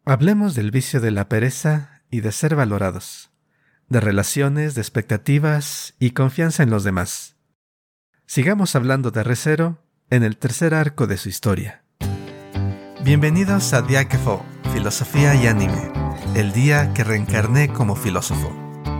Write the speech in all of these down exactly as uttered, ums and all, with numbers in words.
Hablemos del vicio de la pereza y de ser valorados, de relaciones, de expectativas y confianza en los demás. Sigamos hablando de Re:Zero en el tercer arco de su historia. Bienvenidos a Diáquefo, Filosofía y Anime, el día que reencarné como filósofo.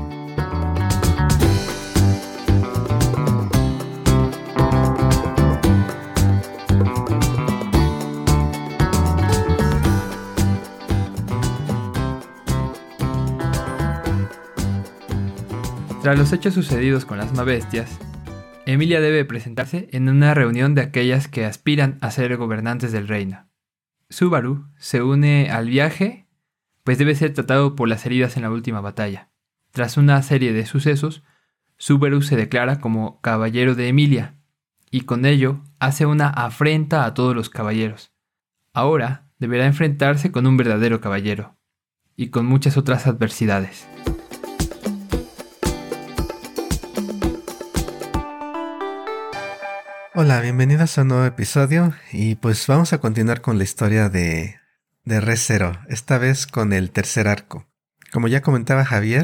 Tras los hechos sucedidos con las Mabestias, Emilia debe presentarse en una reunión de aquellas que aspiran a ser gobernantes del reino. Subaru se une al viaje, pues debe ser tratado por las heridas en la última batalla. Tras una serie de sucesos, Subaru se declara como caballero de Emilia, y con ello hace una afrenta a todos los caballeros. Ahora deberá enfrentarse con un verdadero caballero, y con muchas otras adversidades. Hola, bienvenidos a un nuevo episodio y pues vamos a continuar con la historia de, de Re:Zero, esta vez con el tercer arco. Como ya comentaba Javier,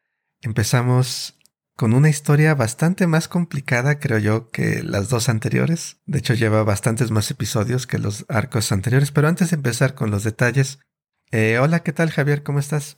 empezamos con una historia bastante más complicada, creo yo, que las dos anteriores. De hecho, lleva bastantes más episodios que los arcos anteriores, pero antes de empezar con los detalles, eh, hola, ¿qué tal, Javier? ¿Cómo estás?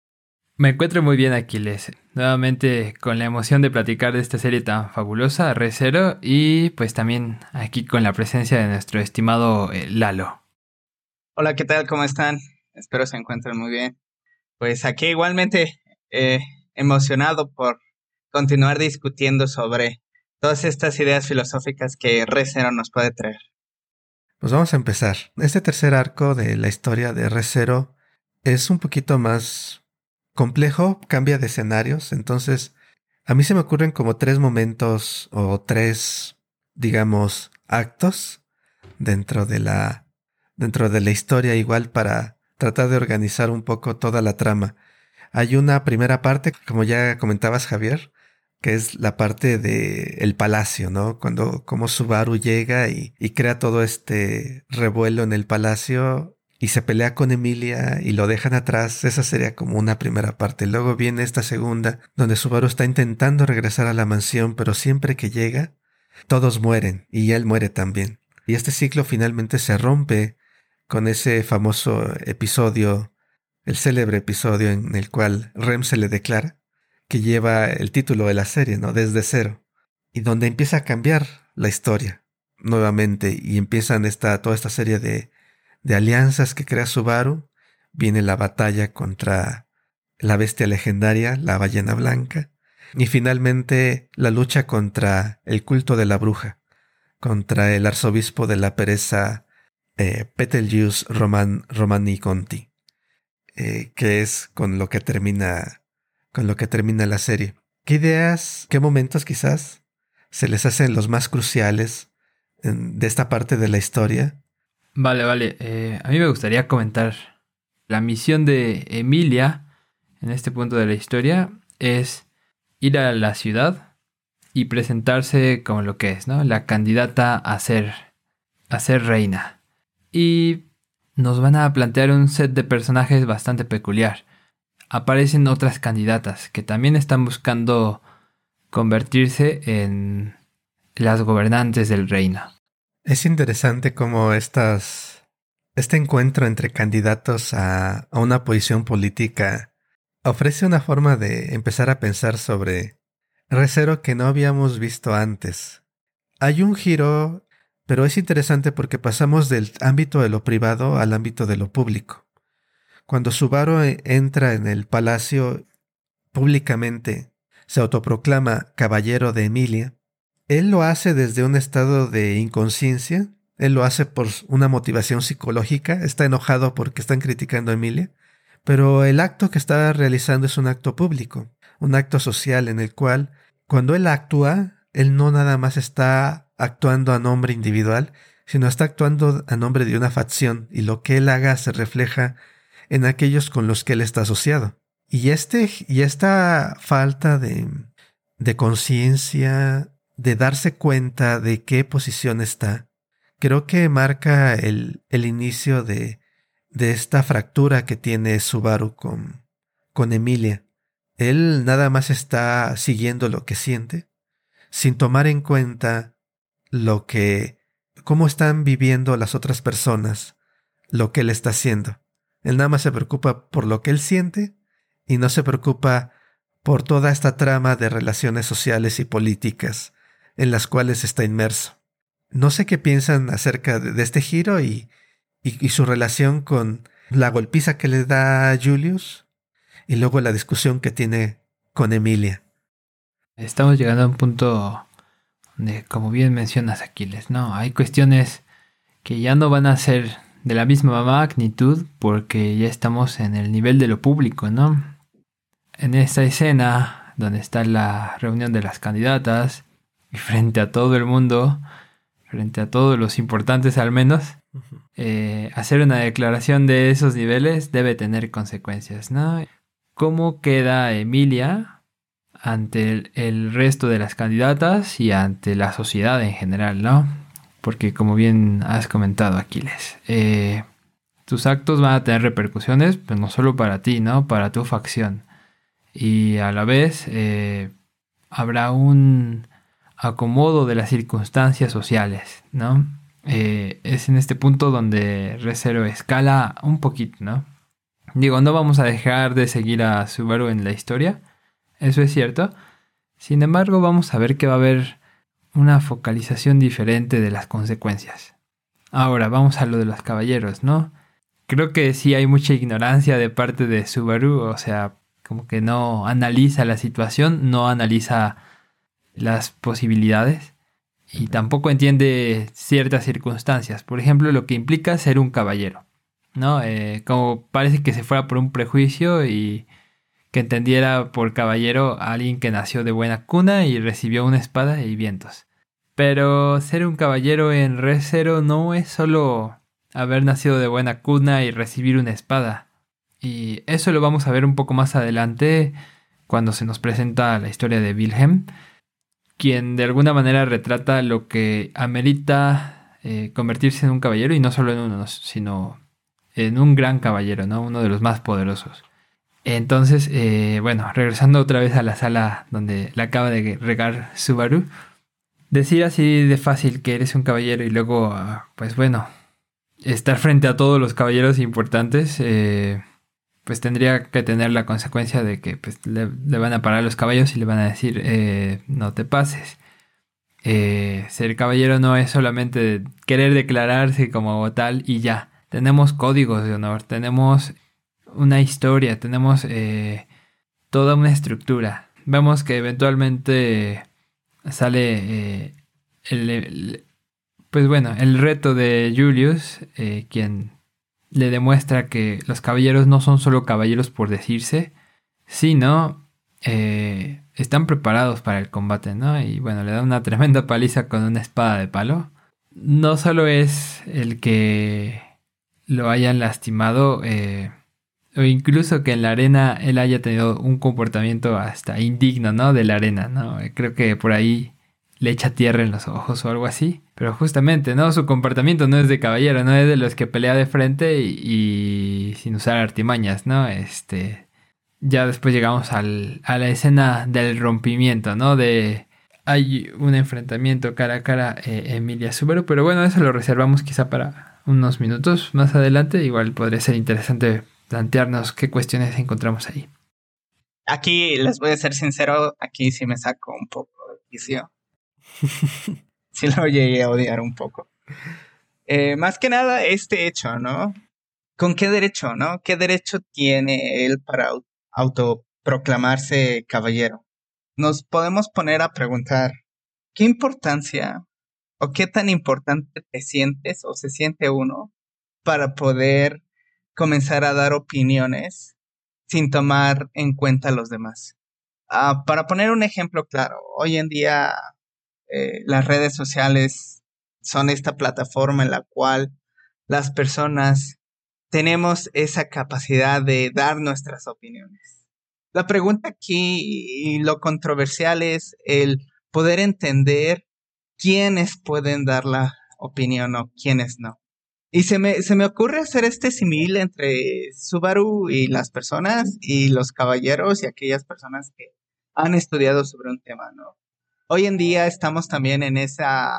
Me encuentro muy bien, Aquiles. Nuevamente con la emoción de platicar de esta serie tan fabulosa, Re:Zero, y pues también aquí con la presencia de nuestro estimado eh, Lalo. Hola, ¿qué tal? ¿Cómo están? Espero se encuentren muy bien. Pues aquí igualmente eh, emocionado por continuar discutiendo sobre todas estas ideas filosóficas que Re:Zero nos puede traer. Pues vamos a empezar. Este tercer arco de la historia de Re:Zero es un poquito más complejo, cambia de escenarios, entonces a mí se me ocurren como tres momentos o tres, digamos, actos dentro de la dentro de la historia, igual para tratar de organizar un poco toda la trama. Hay una primera parte, como ya comentabas, Javier, que es la parte de el palacio, ¿no? Cuando como Subaru llega y, y crea todo este revuelo en el palacio y se pelea con Emilia y lo dejan atrás. Esa sería como una primera parte. Luego viene esta segunda, donde Subaru está intentando regresar a la mansión, pero siempre que llega, todos mueren y él muere también. Y este ciclo finalmente se rompe con ese famoso episodio, el célebre episodio en el cual Rem se le declara, que lleva el título de la serie, ¿no? Desde cero. Y donde empieza a cambiar la historia nuevamente y empiezan esta, toda esta serie de de alianzas que crea Subaru. Viene la batalla contra la bestia legendaria, la ballena blanca, y finalmente la lucha contra el culto de la bruja, contra el arzobispo de la pereza, eh, Betelgeuse Roman, Romani Conti, eh, que es con lo que termina, con lo que termina la serie. ¿Qué ideas, qué momentos quizás se les hacen los más cruciales en, de esta parte de la historia? Vale, vale. Eh, a mí me gustaría comentar la misión de Emilia en este punto de la historia es ir a la ciudad y presentarse como lo que es, ¿no? La candidata a ser, a ser reina. Y nos van a plantear un set de personajes bastante peculiar. Aparecen otras candidatas que también están buscando convertirse en las gobernantes del reino. Es interesante cómo estas, este encuentro entre candidatos a, a una posición política ofrece una forma de empezar a pensar sobre Re:Zero que no habíamos visto antes. Hay un giro, pero es interesante porque pasamos del ámbito de lo privado al ámbito de lo público. Cuando Subaru entra en el palacio públicamente, se autoproclama caballero de Emilia. Él lo hace desde un estado de inconsciencia, él lo hace por una motivación psicológica, está enojado porque están criticando a Emilia, pero el acto que está realizando es un acto público, un acto social en el cual, cuando él actúa, él no nada más está actuando a nombre individual, sino está actuando a nombre de una facción, y lo que él haga se refleja en aquellos con los que él está asociado. Y, este, y esta falta de, de conciencia, de darse cuenta de qué posición está, creo que marca el, el inicio de de esta fractura que tiene Subaru con, con Emilia. Él nada más está siguiendo lo que siente, sin tomar en cuenta lo que, cómo están viviendo las otras personas, lo que él está haciendo. Él nada más se preocupa por lo que él siente y no se preocupa por toda esta trama de relaciones sociales y políticas en las cuales está inmerso. No sé qué piensan acerca de, de este giro y, y, y su relación con la golpiza que le da a Julius y luego la discusión que tiene con Emilia. Estamos llegando a un punto de, como bien mencionas, Aquiles, ¿no? Hay cuestiones que ya no van a ser de la misma magnitud porque ya estamos en el nivel de lo público, ¿no? En esta escena donde está la reunión de las candidatas y frente a todo el mundo, frente a todos los importantes al menos, uh-huh. eh, hacer una declaración de esos niveles debe tener consecuencias, ¿no? ¿Cómo queda Emilia ante el, el resto de las candidatas y ante la sociedad en general, ¿no? Porque como bien has comentado, Aquiles, eh, tus actos van a tener repercusiones, pero no solo para ti, ¿no? Para tu facción. Y a la vez eh, habrá un acomodo de las circunstancias sociales, ¿no? Eh, es en este punto donde Re:Zero escala un poquito, ¿no? Digo, no vamos a dejar de seguir a Subaru en la historia, eso es cierto. Sin embargo, vamos a ver que va a haber una focalización diferente de las consecuencias. Ahora, vamos a lo de los caballeros, ¿no? Creo que sí hay mucha ignorancia de parte de Subaru, o sea, como que no analiza la situación, no analiza las posibilidades y tampoco entiende ciertas circunstancias. Por ejemplo, lo que implica ser un caballero, ¿no? Eh, como parece que se fuera por un prejuicio y que entendiera por caballero a alguien que nació de buena cuna y recibió una espada y vientos. Pero ser un caballero en Re:Zero no es solo haber nacido de buena cuna y recibir una espada. Y eso lo vamos a ver un poco más adelante cuando se nos presenta la historia de Wilhelm, quien de alguna manera retrata lo que amerita eh, convertirse en un caballero, y no solo en uno, sino en un gran caballero, ¿no? Uno de los más poderosos. Entonces, eh, bueno, regresando otra vez a la sala donde la acaba de regar Subaru, decir así de fácil que eres un caballero y luego, pues bueno, estar frente a todos los caballeros importantes, eh, pues tendría que tener la consecuencia de que pues, le, le van a parar los caballos y le van a decir, eh, no te pases. Eh, ser caballero no es solamente querer declararse como tal y ya. Tenemos códigos de honor, tenemos una historia, tenemos eh, toda una estructura. Vemos que eventualmente sale eh, el, el, pues bueno, el reto de Julius, eh, quien le demuestra que los caballeros no son solo caballeros por decirse, sino eh, están preparados para el combate, ¿no? Y bueno, le da una tremenda paliza con una espada de palo. No solo es el que lo hayan lastimado, eh, o incluso que en la arena él haya tenido un comportamiento hasta indigno, ¿no? De la arena, ¿no? Creo que por ahí le echa tierra en los ojos o algo así. Pero justamente, ¿no? Su comportamiento no es de caballero, no es de los que pelea de frente y, y sin usar artimañas, ¿no? Este, ya después llegamos al, a la escena del rompimiento, ¿no? De hay un enfrentamiento cara a cara eh, Emilia Subaru, pero bueno, eso lo reservamos quizá para unos minutos más adelante. Igual podría ser interesante plantearnos qué cuestiones encontramos ahí. Aquí les voy a ser sincero, aquí sí me saco un poco de quicio. Sí lo llegué a odiar un poco. Eh, más que nada este hecho, ¿no? ¿Con qué derecho, no? ¿Qué derecho tiene él para autoproclamarse caballero? Nos podemos poner a preguntar, ¿qué importancia o qué tan importante te sientes o se siente uno para poder comenzar a dar opiniones sin tomar en cuenta a los demás? Uh, para poner un ejemplo claro, hoy en día eh, las redes sociales son esta plataforma en la cual las personas tenemos esa capacidad de dar nuestras opiniones. La pregunta aquí y lo controversial es el poder entender quiénes pueden dar la opinión o quiénes no. Y se me, se me ocurre hacer este símil entre Subaru y las personas y los caballeros y aquellas personas que han estudiado sobre un tema, ¿no? Hoy en día estamos también en esa,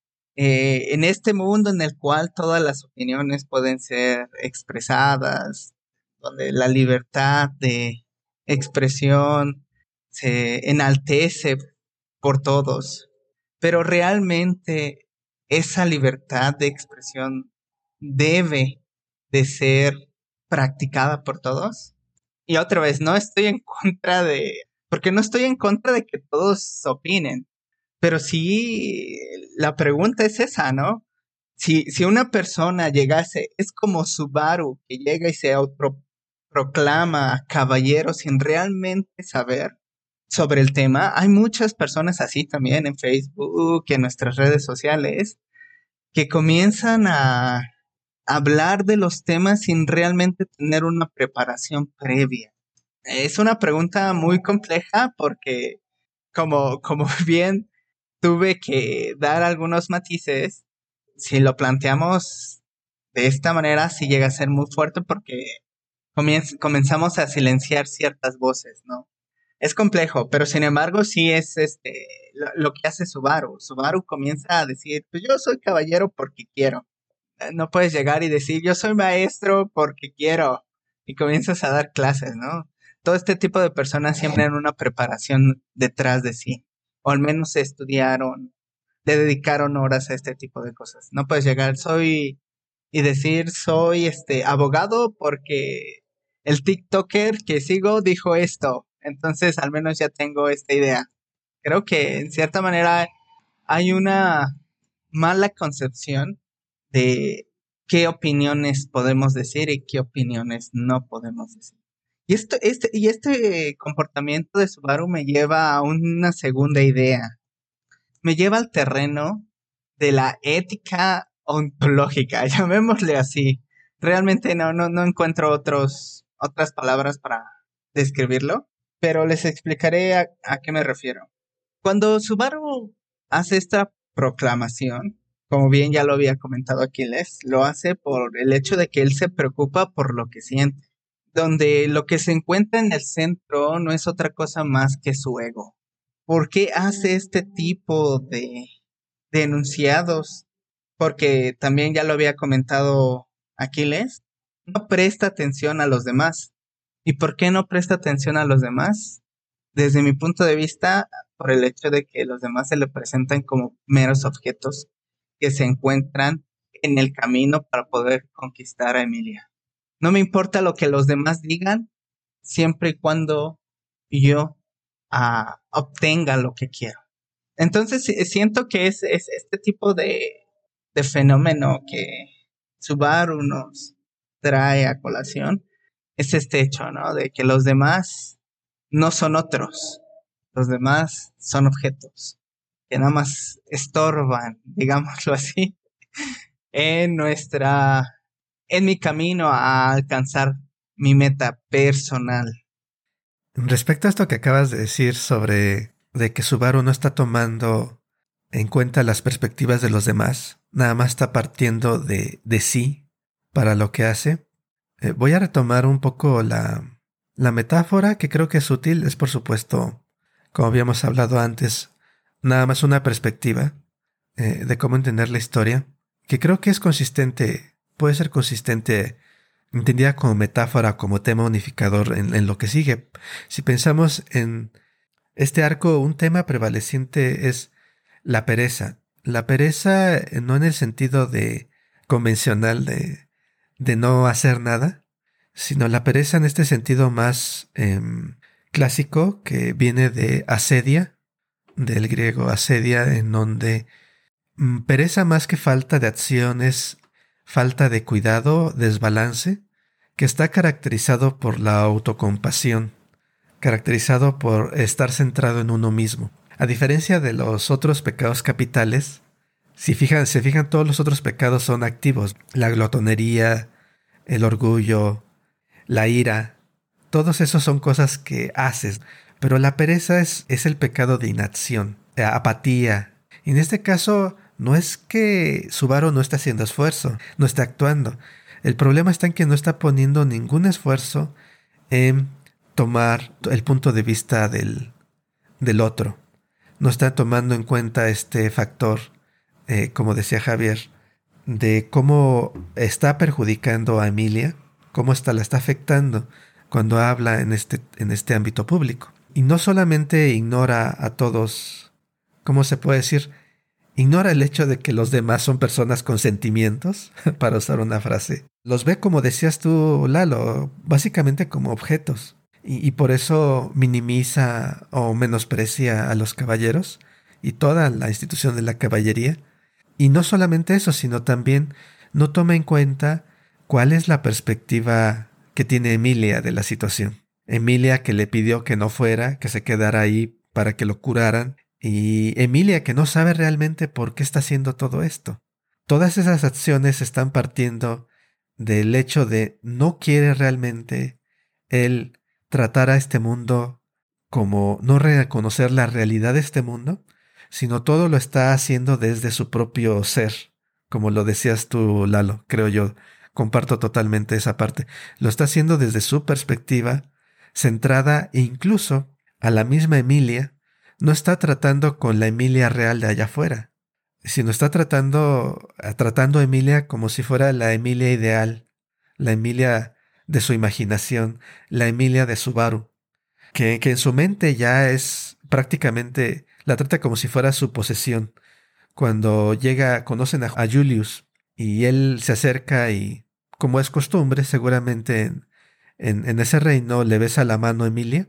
eh, en este mundo en el cual todas las opiniones pueden ser expresadas, donde la libertad de expresión se enaltece por todos, pero realmente esa libertad de expresión debe de ser practicada por todos. Y otra vez, no estoy en contra de, porque no estoy en contra de que todos opinen, pero sí la pregunta es esa, ¿no? Si, si una persona llegase, es como Subaru, que llega y se autoproclama caballero sin realmente saber sobre el tema. Hay muchas personas así también en Facebook, en nuestras redes sociales, que comienzan a hablar de los temas sin realmente tener una preparación previa. Es una pregunta muy compleja porque, como, como bien tuve que dar algunos matices, si lo planteamos de esta manera, sí llega a ser muy fuerte porque comienz- comenzamos a silenciar ciertas voces, ¿no? Es complejo, pero sin embargo sí es este lo, lo que hace Subaru. Subaru comienza a decir, pues yo soy caballero porque quiero. Eh, No puedes llegar y decir, yo soy maestro porque quiero. Y comienzas a dar clases, ¿no? Todo este tipo de personas siempre tienen una preparación detrás de sí. O al menos estudiaron, le dedicaron horas a este tipo de cosas. No puedes llegar, soy, y decir, soy este abogado porque el TikToker que sigo dijo esto. Entonces al menos ya tengo esta idea. Creo que en cierta manera hay una mala concepción de qué opiniones podemos decir y qué opiniones no podemos decir. Y esto, este, y este comportamiento de Subaru me lleva a una segunda idea. Me lleva al terreno de la ética ontológica, llamémosle así. Realmente no, no, no encuentro otros, otras palabras para describirlo, pero les explicaré a, a qué me refiero. Cuando Subaru hace esta proclamación, como bien ya lo había comentado Aquiles, lo hace por el hecho de que él se preocupa por lo que siente, donde lo que se encuentra en el centro no es otra cosa más que su ego. ¿Por qué hace este tipo de, de enunciados? Porque también ya lo había comentado Aquiles, no presta atención a los demás. ¿Y por qué no presta atención a los demás? Desde mi punto de vista, por el hecho de que los demás se le presentan como meros objetos que se encuentran en el camino para poder conquistar a Emilia. No me importa lo que los demás digan, siempre y cuando yo uh, obtenga lo que quiero. Entonces siento que es, es este tipo de, de fenómeno que Subaru nos trae a colación, es este hecho, ¿no? De que los demás no son otros, los demás son objetos que nada más estorban, digámoslo así, en nuestra, en mi camino a alcanzar mi meta personal. Respecto a esto que acabas de decir sobre de que Subaru no está tomando en cuenta las perspectivas de los demás, nada más está partiendo de, de sí para lo que hace, eh, voy a retomar un poco la, la metáfora que creo que es útil. Es por supuesto, como habíamos hablado antes, nada más una perspectiva eh, de cómo entender la historia, que creo que es consistente, puede ser consistente entendida como metáfora, como tema unificador en, en lo que sigue. Si pensamos en este arco, un tema prevaleciente es la pereza. La pereza no en el sentido de convencional de, de no hacer nada, sino la pereza en este sentido más eh, clásico que viene de asedia, del griego asedia, en donde mm, pereza más que falta de acción es falta de cuidado, desbalance, que está caracterizado por la autocompasión, caracterizado por estar centrado en uno mismo. A diferencia de los otros pecados capitales, si fijan, se fijan, todos los otros pecados son activos. La glotonería, el orgullo, la ira, todos esos son cosas que haces. Pero la pereza es, es el pecado de inacción, apatía. Y en este caso No es que Subaru no está haciendo esfuerzo, no está actuando. El problema está en que no está poniendo ningún esfuerzo en tomar el punto de vista del, del otro. No está tomando en cuenta este factor, eh, como decía Javier, de cómo está perjudicando a Emilia, cómo está, la está afectando cuando habla en este, en este ámbito público. Y no solamente ignora a todos, ¿cómo se puede decir? Ignora el hecho de que los demás son personas con sentimientos, para usar una frase. Los ve, como decías tú, Lalo, básicamente como objetos. Y, y por eso minimiza o menosprecia a los caballeros y toda la institución de la caballería. Y no solamente eso, sino también no toma en cuenta cuál es la perspectiva que tiene Emilia de la situación. Emilia, que le pidió que no fuera, que se quedara ahí para que lo curaran. Y Emilia, que no sabe realmente por qué está haciendo todo esto. Todas esas acciones están partiendo del hecho de no quiere realmente él tratar a este mundo como no reconocer la realidad de este mundo, sino todo lo está haciendo desde su propio ser, como lo decías tú, Lalo, creo yo. Comparto totalmente esa parte. Lo está haciendo desde su perspectiva, centrada e incluso a la misma Emilia. No está tratando con la Emilia real de allá afuera, sino está tratando, tratando a Emilia como si fuera la Emilia ideal, la Emilia de su imaginación, la Emilia de Subaru, que, que en su mente ya es prácticamente, la trata como si fuera su posesión. Cuando llega, conocen a, a Julius y él se acerca y, como es costumbre, seguramente en, en, en ese reino le besa la mano a Emilia.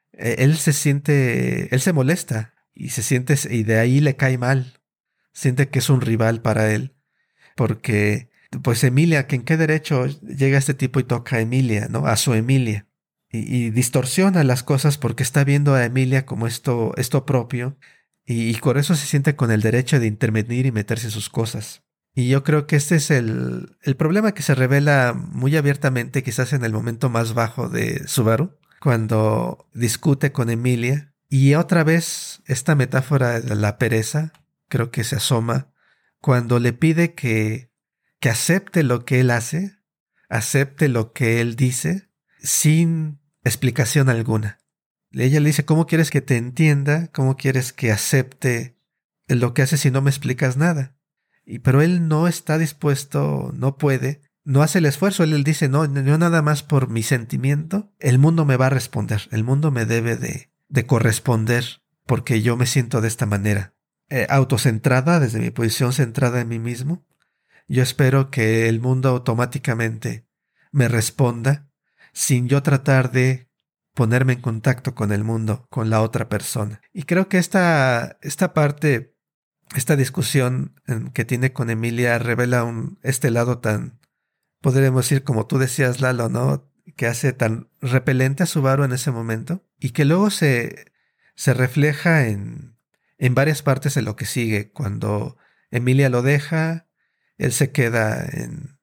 Él se siente, él se molesta y se siente, y de ahí le cae mal. Siente que es un rival para él. Porque, pues Emilia, que en qué derecho llega este tipo y toca a Emilia, ¿no? A su Emilia. Y, y distorsiona las cosas porque está viendo a Emilia como esto, esto propio. Y, y por eso se siente con el derecho de intervenir y meterse en sus cosas. Y yo creo que este es el, el problema que se revela muy abiertamente, quizás en el momento más bajo de Subaru, cuando discute con Emilia. Y otra vez esta metáfora de la pereza creo que se asoma cuando le pide que, que acepte lo que él hace, acepte lo que él dice, sin explicación alguna. Ella le dice, ¿cómo quieres que te entienda? ¿Cómo quieres que acepte lo que hace si no me explicas nada? Y, pero él no está dispuesto, no puede, no hace el esfuerzo. Él, él dice, no, yo nada más por mi sentimiento, el mundo me va a responder, el mundo me debe de, de corresponder porque yo me siento de esta manera. Eh, autocentrada, desde mi posición centrada en mí mismo, yo espero que el mundo automáticamente me responda sin yo tratar de ponerme en contacto con el mundo, con la otra persona. Y creo que esta, esta parte, esta discusión que tiene con Emilia revela un, este lado tan, podríamos decir, como tú decías, Lalo, ¿no? Que hace tan repelente a Subaru en ese momento y que luego se, se refleja en, en varias partes de lo que sigue. Cuando Emilia lo deja, él se queda en,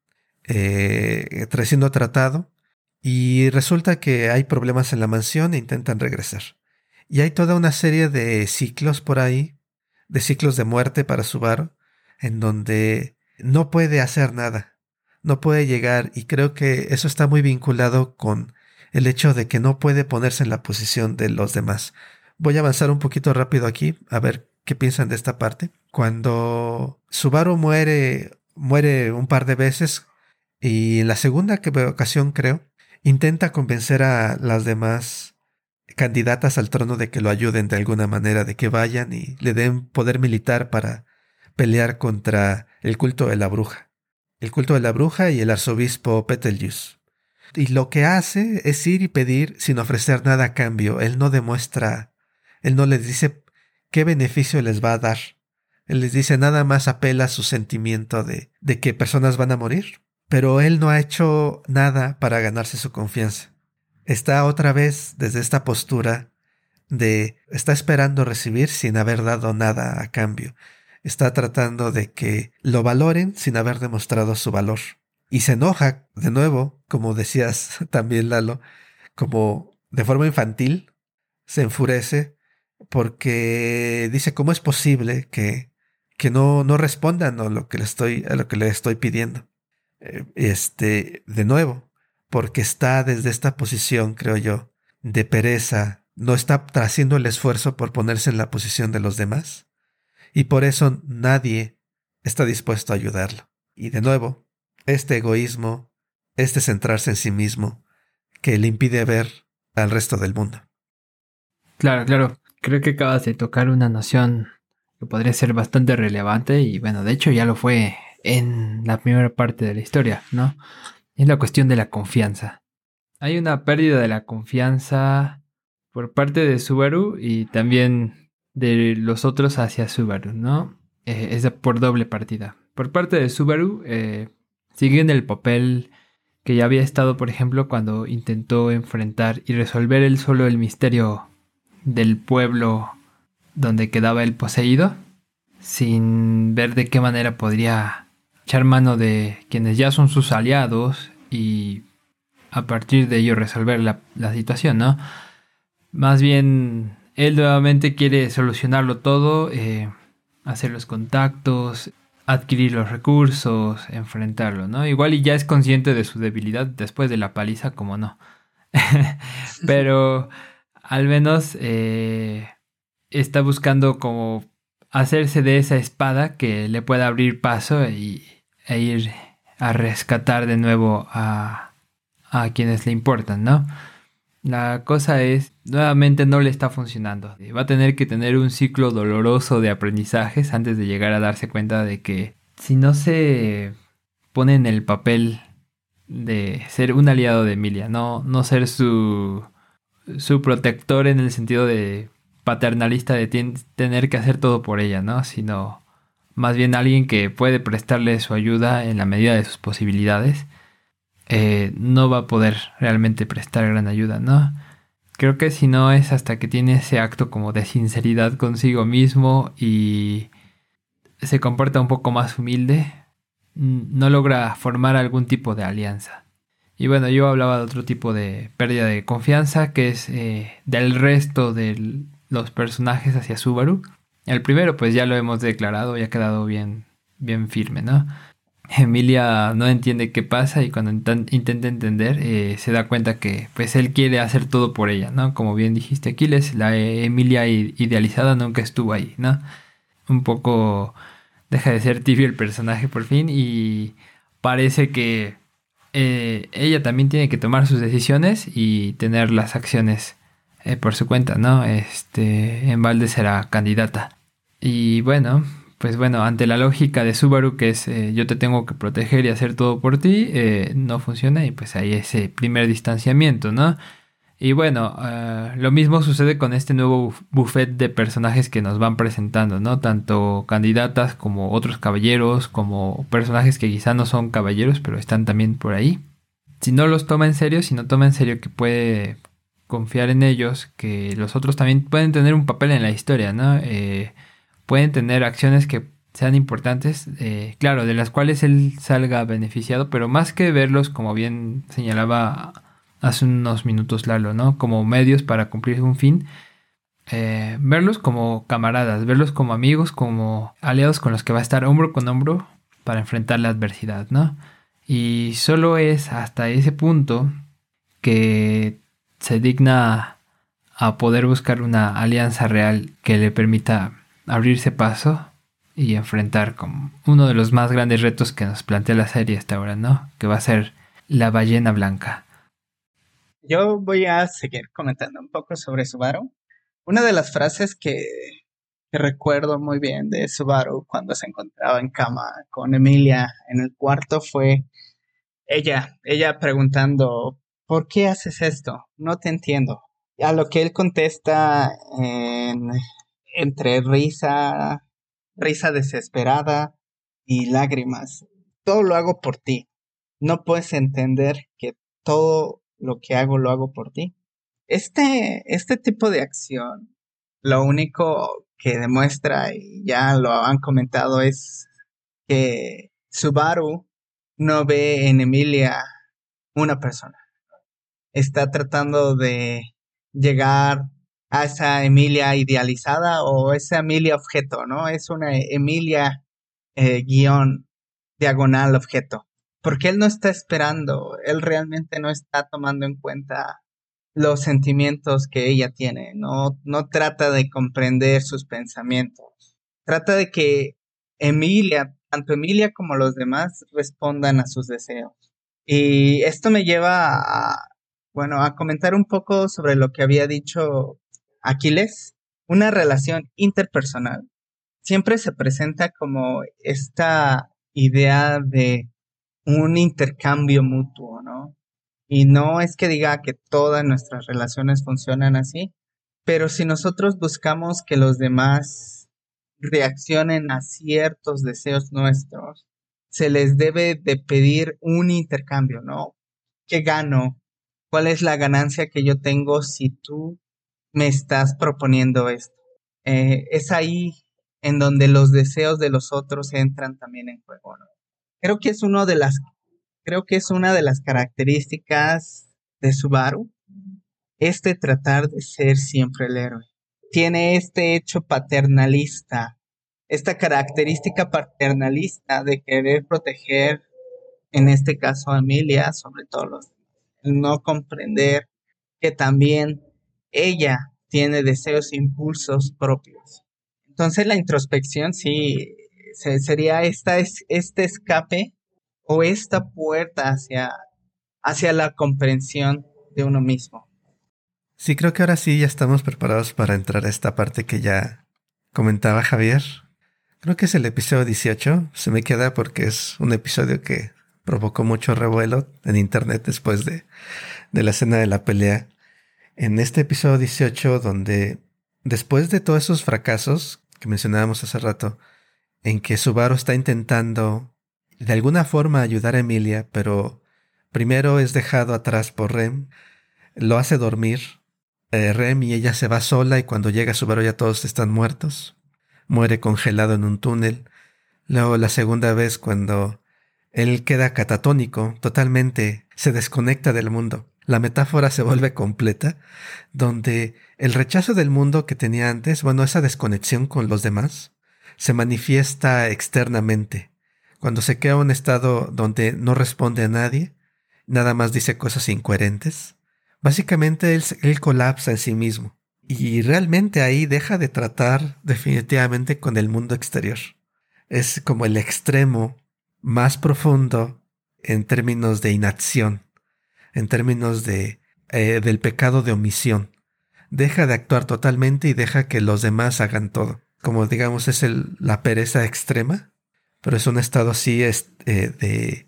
eh, siendo tratado y resulta que hay problemas en la mansión e intentan regresar. Y hay toda una serie de ciclos por ahí, de ciclos de muerte para Subaru, en donde no puede hacer nada. No puede llegar, y creo que eso está muy vinculado con el hecho de que no puede ponerse en la posición de los demás. Voy a avanzar un poquito rápido aquí, a ver qué piensan de esta parte. Cuando Subaru muere, muere un par de veces, y en la segunda ocasión, creo, intenta convencer a las demás candidatas al trono de que lo ayuden de alguna manera, de que vayan y le den poder militar para pelear contra el culto de la bruja. El culto de la bruja y el arzobispo Betelgeuse. Y lo que hace es ir y pedir sin ofrecer nada a cambio. Él no demuestra, él no les dice qué beneficio les va a dar. Él les dice, nada más apela a su sentimiento de, de que personas van a morir. Pero él no ha hecho nada para ganarse su confianza. Está otra vez desde esta postura de, está esperando recibir sin haber dado nada a cambio. Está tratando de que lo valoren sin haber demostrado su valor. Y se enoja, de nuevo, como decías también, Lalo, como de forma infantil, se enfurece porque dice, ¿cómo es posible que, que no, no respondan a lo que le estoy, a lo que le estoy pidiendo. Eh, Este, de nuevo, porque está desde esta posición, creo yo, de pereza, no está haciendo el esfuerzo por ponerse en la posición de los demás, y por eso nadie está dispuesto a ayudarlo. Y de nuevo, este egoísmo, este centrarse en sí mismo, que le impide ver al resto del mundo. Claro, claro. Creo que acabas de tocar una noción que podría ser bastante relevante y bueno, de hecho ya lo fue en la primera parte de la historia, ¿no? Es la cuestión de la confianza. Hay una pérdida de la confianza por parte de Subaru y también de los otros hacia Subaru, ¿no? Eh, es por doble partida. Por parte de Subaru, eh, sigue en el papel que ya había estado, por ejemplo, cuando intentó enfrentar y resolver él solo el misterio del pueblo donde quedaba el poseído, sin ver de qué manera podría echar mano de quienes ya son sus aliados y a partir de ello resolver la, la situación, ¿no? Más bien, él nuevamente quiere solucionarlo todo, eh, hacer los contactos, adquirir los recursos, enfrentarlo, ¿no? Igual y ya es consciente de su debilidad después de la paliza, como no. Pero al menos eh, está buscando como hacerse de esa espada que le pueda abrir paso y, e ir a rescatar de nuevo a, a quienes le importan, ¿no? La cosa es, nuevamente no le está funcionando. Va a tener que tener un ciclo doloroso de aprendizajes antes de llegar a darse cuenta de que si no se pone en el papel de ser un aliado de Emilia, no, no ser su, su protector en el sentido de paternalista de ten, tener que hacer todo por ella, ¿no? Sino más bien alguien que puede prestarle su ayuda en la medida de sus posibilidades. Eh, no va a poder realmente prestar gran ayuda, ¿no? Creo que si no es hasta que tiene ese acto como de sinceridad consigo mismo y se comporta un poco más humilde, no logra formar algún tipo de alianza. Y bueno, yo hablaba de otro tipo de pérdida de confianza, que es eh, del resto de los personajes hacia Subaru. El primero pues ya lo hemos declarado y ha quedado bien, bien firme, ¿no? Emilia no entiende qué pasa y cuando int- intenta entender eh, se da cuenta que pues él quiere hacer todo por ella, ¿no? Como bien dijiste Aquiles, la eh, Emilia idealizada nunca estuvo ahí, ¿no? Un poco deja de ser tibio el personaje por fin y parece que eh, ella también tiene que tomar sus decisiones y tener las acciones eh, por su cuenta, ¿no? Este, en balde será candidata. Y bueno... Pues bueno, ante la lógica de Subaru que es eh, yo te tengo que proteger y hacer todo por ti, eh, no funciona y pues hay ese primer distanciamiento, ¿no? Y bueno, uh, lo mismo sucede con este nuevo buffet de personajes que nos van presentando, ¿no? Tanto candidatas como otros caballeros, como personajes que quizá no son caballeros, pero están también por ahí. Si no los toma en serio, si no toma en serio que puede confiar en ellos, que los otros también pueden tener un papel en la historia, ¿no? Eh... Pueden tener acciones que sean importantes, eh, claro, de las cuales él salga beneficiado, pero más que verlos, como bien señalaba hace unos minutos Lalo, ¿no? Como medios para cumplir un fin, eh, verlos como camaradas, verlos como amigos, como aliados con los que va a estar hombro con hombro para enfrentar la adversidad, ¿no? Y solo es hasta ese punto que se digna a poder buscar una alianza real que le permita abrirse paso y enfrentar como uno de los más grandes retos que nos plantea la serie hasta ahora, ¿no? Que va a ser la ballena blanca. Yo voy a seguir comentando un poco sobre Subaru. Una de las frases que, que recuerdo muy bien de Subaru cuando se encontraba en cama con Emilia en el cuarto fue ella, ella preguntando, ¿por qué haces esto? No te entiendo. A lo que él contesta en, entre risa, risa desesperada y lágrimas. Todo lo hago por ti. No puedes entender que todo lo que hago lo hago por ti. Este, este tipo de acción, lo único que demuestra, y ya lo han comentado, es que Subaru no ve en Emilia una persona. Está tratando de llegar a esa Emilia idealizada o esa Emilia objeto, ¿no? Es una Emilia eh, guión diagonal objeto. Porque él no está esperando, él realmente no está tomando en cuenta los sentimientos que ella tiene, no, no trata de comprender sus pensamientos, trata de que Emilia, tanto Emilia como los demás, respondan a sus deseos. Y esto me lleva a, bueno, a comentar un poco sobre lo que había dicho Aquiles. Una relación interpersonal siempre se presenta como esta idea de un intercambio mutuo, ¿no? Y no es que diga que todas nuestras relaciones funcionan así, pero si nosotros buscamos que los demás reaccionen a ciertos deseos nuestros, se les debe de pedir un intercambio, ¿no? ¿Qué gano? ¿Cuál es la ganancia que yo tengo si tú me estás proponiendo esto? Eh, es ahí en donde los deseos de los otros entran también en juego, ¿no? Creo que es uno de las, creo que es una de las características de Subaru, este tratar de ser siempre el héroe. Tiene este hecho paternalista, esta característica paternalista de querer proteger, en este caso a Emilia, sobre todo los demás. No comprender que también ella tiene deseos e impulsos propios. Entonces la introspección sí se, sería esta, es, este escape o esta puerta hacia, hacia la comprensión de uno mismo. Sí, creo que ahora sí ya estamos preparados para entrar a esta parte que ya comentaba Javier. Creo que es el episodio dieciocho. Se me queda porque es un episodio que provocó mucho revuelo en internet después de, de la escena de la pelea. En este episodio dieciocho, donde después de todos esos fracasos que mencionábamos hace rato, en que Subaru está intentando de alguna forma ayudar a Emilia, pero primero es dejado atrás por Rem, lo hace dormir. Eh, Rem y ella se va sola y cuando llega Subaru ya todos están muertos. Muere congelado en un túnel. Luego la segunda vez cuando él queda catatónico, totalmente se desconecta del mundo. La metáfora se vuelve completa, donde el rechazo del mundo que tenía antes, bueno, esa desconexión con los demás, se manifiesta externamente. Cuando se queda en un estado donde no responde a nadie, nada más dice cosas incoherentes, básicamente él, él colapsa en sí mismo. Y realmente ahí deja de tratar definitivamente con el mundo exterior. Es como el extremo más profundo en términos de inacción, en términos de eh, del pecado de omisión. Deja de actuar totalmente y deja que los demás hagan todo. Como digamos es el, la pereza extrema, pero es un estado así es, eh, de,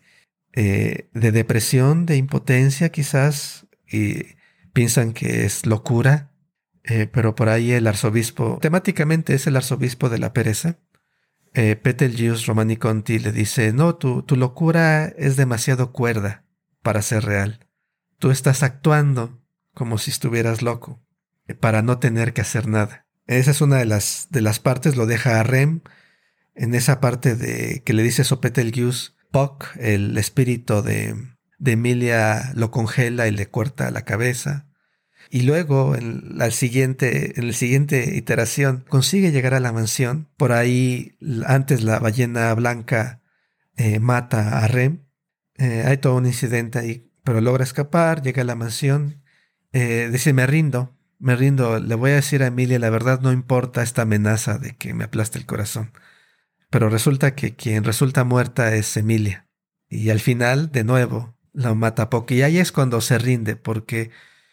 eh, de depresión, de impotencia quizás, y piensan que es locura, eh, pero por ahí el arzobispo, temáticamente es el arzobispo de la pereza, eh, Betelgeuse Romani Conti le dice, no, tu, tu locura es demasiado cuerda para ser real. Tú estás actuando como si estuvieras loco, eh, para no tener que hacer nada. Esa es una de las, de las partes, lo deja a Rem, en esa parte de que le dice eso Betelgeuse, Puck, el espíritu de, de Emilia, lo congela y le corta la cabeza. Y luego, en la siguiente, en la siguiente iteración, consigue llegar a la mansión. Por ahí, antes la ballena blanca eh, mata a Rem. Eh, hay todo un incidente ahí, pero logra escapar, llega a la mansión. Eh, dice, me rindo, me rindo. Le voy a decir a Emilia, la verdad no importa esta amenaza de que me aplaste el corazón. Pero resulta que quien resulta muerta es Emilia. Y al final, de nuevo, la mata Puck. Y ahí es cuando se rinde, porque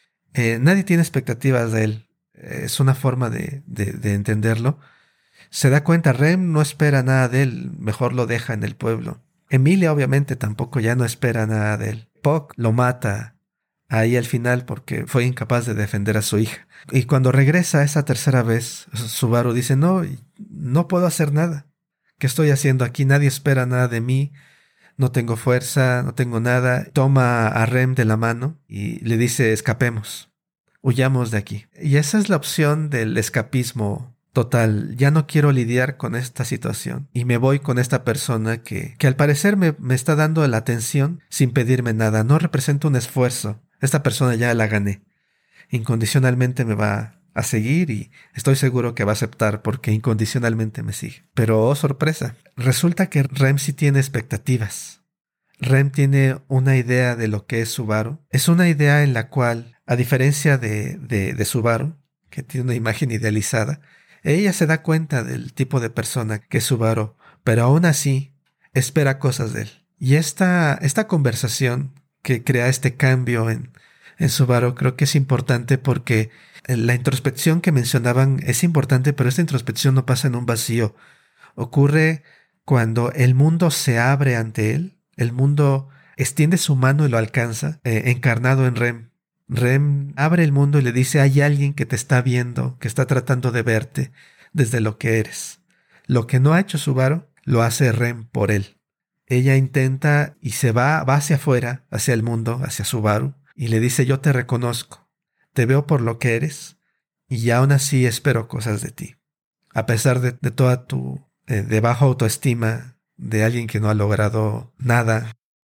eh, nadie tiene expectativas de él. Eh, es una forma de, de, de entenderlo. Se da cuenta, Rem no espera nada de él, mejor lo deja en el pueblo. Emilia obviamente tampoco ya no espera nada de él. Puck lo mata ahí al final porque fue incapaz de defender a su hija. Y cuando regresa esa tercera vez, Subaru dice, no, no puedo hacer nada. ¿Qué estoy haciendo aquí? Nadie espera nada de mí. No tengo fuerza, no tengo nada. Toma a Rem de la mano y le dice, escapemos. Huyamos de aquí. Y esa es la opción del escapismo total. Ya no quiero lidiar con esta situación. Y me voy con esta persona que, que al parecer me, me está dando la atención sin pedirme nada. No representa un esfuerzo. Esta persona ya la gané. Incondicionalmente me va a a seguir y estoy seguro que va a aceptar porque incondicionalmente me sigue. Pero, oh sorpresa, resulta que Rem sí tiene expectativas. Rem tiene una idea de lo que es Subaru. Es una idea en la cual, a diferencia de, de, de Subaru, que tiene una imagen idealizada, ella se da cuenta del tipo de persona que es Subaru, pero aún así espera cosas de él. Y esta, esta conversación que crea este cambio en, en Subaru creo que es importante porque la introspección que mencionaban es importante, pero esta introspección no pasa en un vacío. Ocurre cuando el mundo se abre ante él. El mundo extiende su mano y lo alcanza, eh, encarnado en Rem. Rem abre el mundo y le dice, hay alguien que te está viendo, que está tratando de verte desde lo que eres. Lo que no ha hecho Subaru, lo hace Rem por él. Ella intenta y se va, va hacia afuera, hacia el mundo, hacia Subaru, y le dice, yo te reconozco, te veo por lo que eres, y aún así espero cosas de ti. A pesar de, de toda tu eh, de baja autoestima, de alguien que no ha logrado nada.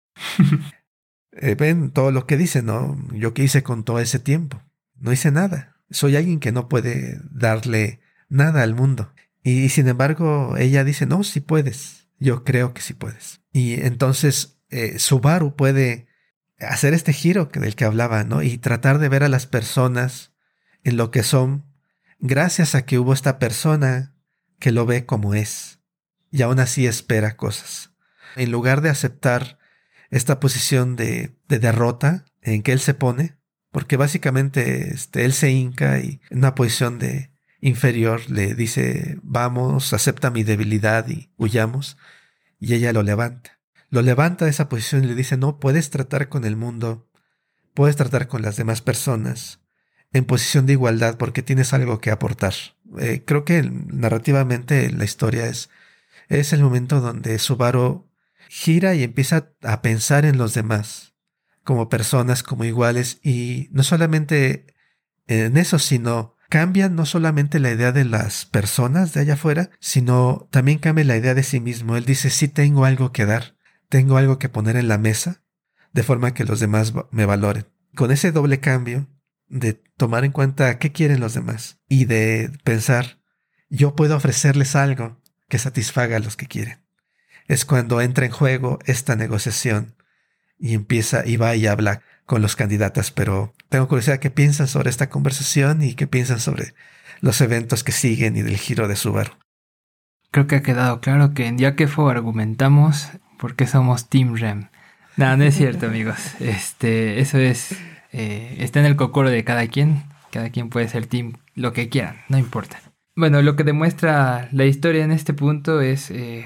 eh, ven todo lo que dice, ¿no? Yo qué hice con todo ese tiempo. No hice nada. Soy alguien que no puede darle nada al mundo. Y, y sin embargo, ella dice, no, sí puedes. Yo creo que sí puedes. Y entonces eh, Subaru puede hacer este giro que, del que hablaba, ¿no? Y tratar de ver a las personas en lo que son, gracias a que hubo esta persona que lo ve como es. Y aún así espera cosas. En lugar de aceptar esta posición de, de derrota en que él se pone, porque básicamente este, él se hinca y en una posición de inferior le dice, vamos, acepta mi debilidad y huyamos, y ella lo levanta. Lo levanta de esa posición y le dice, no, puedes tratar con el mundo, puedes tratar con las demás personas en posición de igualdad porque tienes algo que aportar. Eh, creo que narrativamente la historia es Es el momento donde Subaru gira y empieza a pensar en los demás como personas, como iguales, y no solamente en eso, sino cambia no solamente la idea de las personas de allá afuera, sino también cambia la idea de sí mismo. Él dice, sí tengo algo que dar, tengo algo que poner en la mesa, de forma que los demás me valoren. Con ese doble cambio de tomar en cuenta qué quieren los demás y de pensar, yo puedo ofrecerles algo que satisfaga a los que quieren. Es cuando entra en juego esta negociación y empieza y va y habla con los candidatos. Pero tengo curiosidad qué piensan sobre esta conversación y qué piensan sobre los eventos que siguen y del giro de Subaru. Creo que ha quedado claro que en Yakefo argumentamos por qué somos Team Rem. No, no es cierto, amigos. Este, eso es eh, está en el cocoro de cada quien. Cada quien puede ser Team lo que quieran, no importa. Bueno, lo que demuestra la historia en este punto es eh,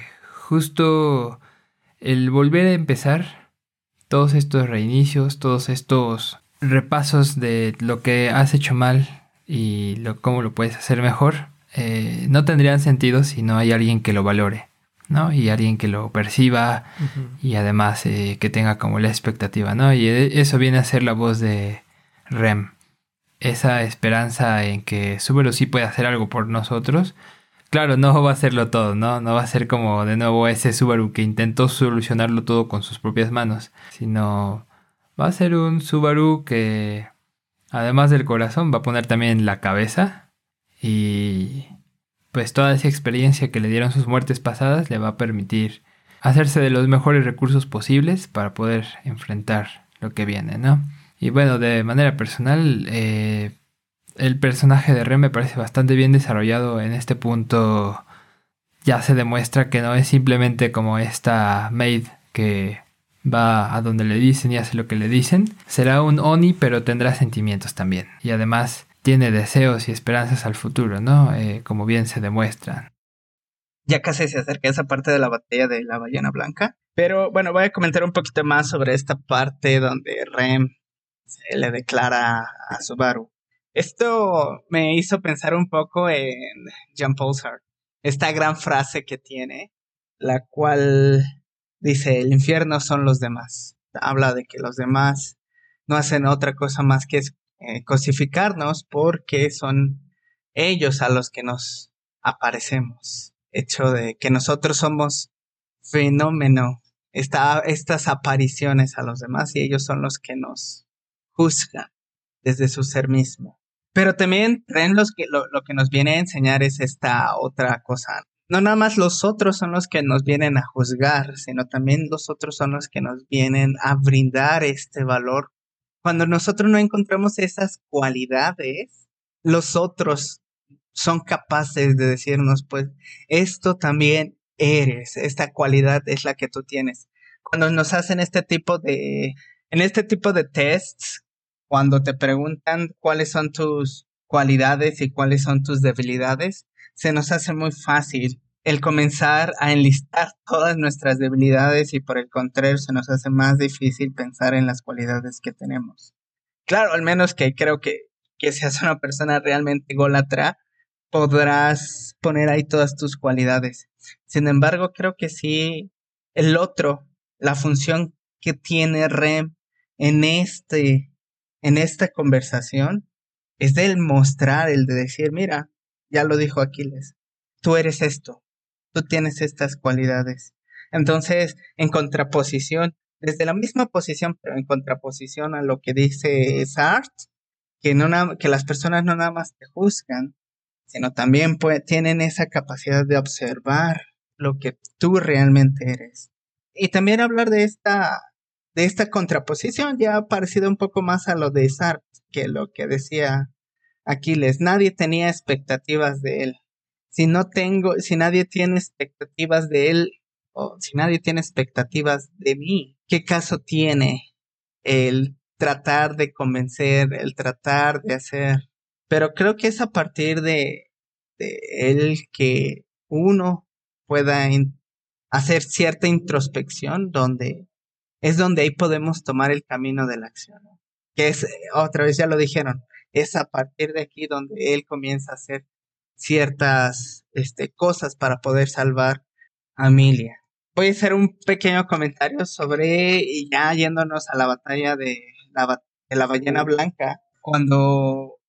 justo el volver a empezar, todos estos reinicios, todos estos repasos de lo que has hecho mal y lo, cómo lo puedes hacer mejor, eh, no tendrían sentido si no hay alguien que lo valore, ¿no? Y alguien que lo perciba uh-huh. Y además eh, que tenga como la expectativa, ¿no? Y eso viene a ser la voz de Rem. Esa esperanza en que Subaru sí puede hacer algo por nosotros. Claro, no va a hacerlo todo, ¿no? No va a ser como de nuevo ese Subaru que intentó solucionarlo todo con sus propias manos, sino va a ser un Subaru que, además del corazón, va a poner también la cabeza y pues toda esa experiencia que le dieron sus muertes pasadas le va a permitir hacerse de los mejores recursos posibles para poder enfrentar lo que viene, ¿no? Y bueno, de manera personal, eh, el personaje de Rem me parece bastante bien desarrollado. En este punto ya se demuestra que no es simplemente como esta maid que va a donde le dicen y hace lo que le dicen. Será un Oni, pero tendrá sentimientos también. Y además tiene deseos y esperanzas al futuro, ¿no? Eh, como bien se demuestran. Ya casi se acerca esa parte de la batalla de la ballena blanca. Pero bueno, voy a comentar un poquito más sobre esta parte donde Rem se le declara a Subaru. Esto me hizo pensar un poco en Jean-Paul Sartre. Esta gran frase que tiene, la cual dice, el infierno son los demás. Habla de que los demás no hacen otra cosa más que eh, cosificarnos porque son ellos a los que nos aparecemos. Hecho de que nosotros somos fenómeno, esta, estas apariciones a los demás y ellos son los que nos juzgan desde su ser mismo. Pero también Ren los que, lo, lo que nos viene a enseñar es esta otra cosa. No nada más los otros son los que nos vienen a juzgar, sino también los otros son los que nos vienen a brindar este valor. Cuando nosotros no encontramos esas cualidades, los otros son capaces de decirnos, pues, esto también eres, esta cualidad es la que tú tienes. Cuando nos hacen este tipo de, en este tipo de tests, cuando te preguntan cuáles son tus cualidades y cuáles son tus debilidades, se nos hace muy fácil el comenzar a enlistar todas nuestras debilidades y por el contrario se nos hace más difícil pensar en las cualidades que tenemos. Claro, al menos que creo que, que seas una persona realmente ególatra, podrás poner ahí todas tus cualidades. Sin embargo, creo que sí, el otro, la función que tiene Rem en este, en esta conversación, es del mostrar, el de decir, mira, ya lo dijo Aquiles, tú eres esto, tú tienes estas cualidades. Entonces, en contraposición, desde la misma posición, pero en contraposición a lo que dice Sartre, que, no na- que las personas no nada más te juzgan, sino también puede, tienen esa capacidad de observar lo que tú realmente eres. Y también hablar de esta, de esta contraposición ya ha parecido un poco más a lo de Sartre, que lo que decía Aquiles. Nadie tenía expectativas de él. Si no tengo, si nadie tiene expectativas de él, o si nadie tiene expectativas de mí, ¿qué caso tiene el tratar de convencer, el tratar de hacer? Pero creo que es a partir de, de el que uno pueda in- hacer cierta introspección donde es donde ahí podemos tomar el camino de la acción, ¿no? Que es, otra vez ya lo dijeron, es a partir de aquí donde él comienza a hacer ciertas este, cosas para poder salvar a Emilia. Voy a hacer un pequeño comentario sobre, y ya yéndonos a la batalla de la, ba- de la ballena blanca, cuando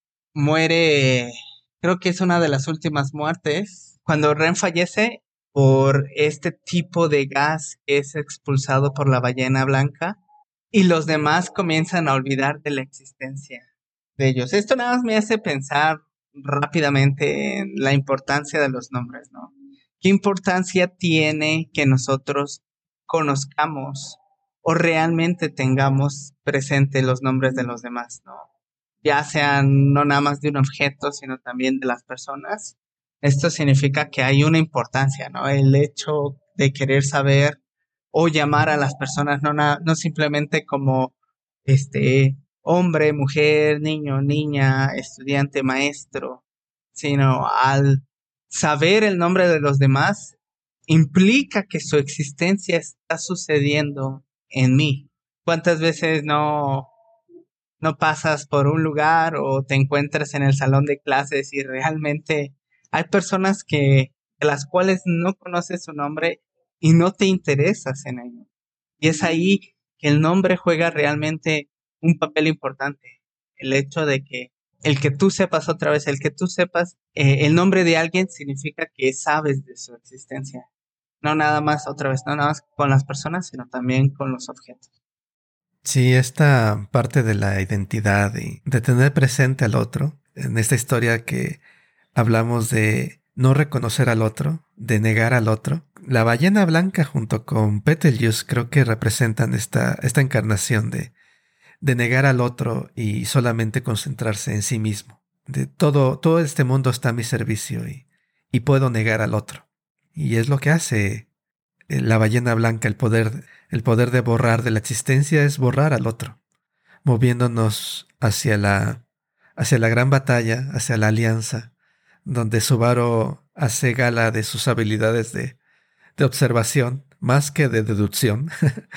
muere, creo que es una de las últimas muertes, cuando Ren fallece por este tipo de gas que es expulsado por la ballena blanca y los demás comienzan a olvidar de la existencia de ellos. Esto nada más me hace pensar rápidamente en la importancia de los nombres, ¿no? ¿Qué importancia tiene que nosotros conozcamos o realmente tengamos presente los nombres de los demás, ¿no? Ya sean no nada más de un objeto, sino también de las personas. Esto significa que hay una importancia, ¿no? El hecho de querer saber o llamar a las personas no, na- no simplemente como este hombre, mujer, niño, niña, estudiante, maestro, sino al saber el nombre de los demás implica que su existencia está sucediendo en mí. ¿Cuántas veces no no pasas por un lugar o te encuentras en el salón de clases y realmente hay personas que de las cuales no conoces su nombre y no te interesas en ello? Y es ahí que el nombre juega realmente un papel importante. El hecho de que el que tú sepas otra vez, el que tú sepas eh, el nombre de alguien significa que sabes de su existencia. No nada más otra vez, no nada más con las personas, sino también con los objetos. Sí, esta parte de la identidad y de tener presente al otro, en esta historia que hablamos de no reconocer al otro, de negar al otro, la ballena blanca junto con Betelgeuse creo que representan esta, esta encarnación de, de negar al otro y solamente concentrarse en sí mismo. De todo, todo este mundo está a mi servicio y, y puedo negar al otro. Y es lo que hace eh, la ballena blanca, el poder, el poder de borrar de la existencia es borrar al otro, moviéndonos hacia la, hacia la gran batalla, hacia la alianza, donde Subaru hace gala de sus habilidades de, de observación, más que de deducción,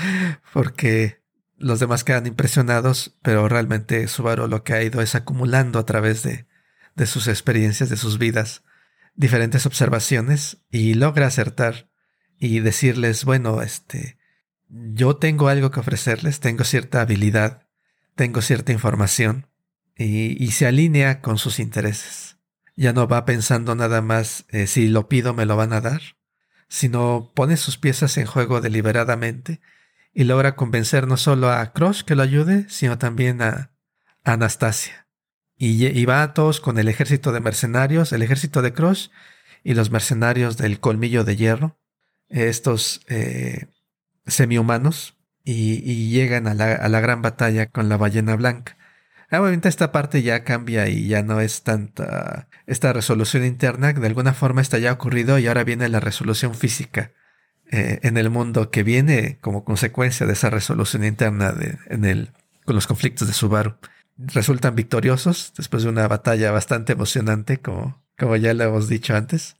porque los demás quedan impresionados, pero realmente Subaru lo que ha ido es acumulando a través de, de sus experiencias, de sus vidas, diferentes observaciones y logra acertar y decirles, bueno, este, yo tengo algo que ofrecerles, tengo cierta habilidad, tengo cierta información y, y se alinea con sus intereses. Ya no va pensando nada más eh, si lo pido me lo van a dar, sino pone sus piezas en juego deliberadamente y logra convencer no solo a Crush que lo ayude, sino también a, a Anastasia. Y, y va todos con el ejército de mercenarios, el ejército de Crush y los mercenarios del Colmillo de Hierro, estos eh, semi-humanos, y, y llegan a la, a la gran batalla con la ballena blanca. Obviamente esta parte ya cambia y ya no es tanta esta resolución interna, de alguna forma esta ya ha ocurrido y ahora viene la resolución física eh, en el mundo que viene como consecuencia de esa resolución interna de, en el, con los conflictos de Subaru. Resultan victoriosos después de una batalla bastante emocionante, como, como ya lo hemos dicho antes.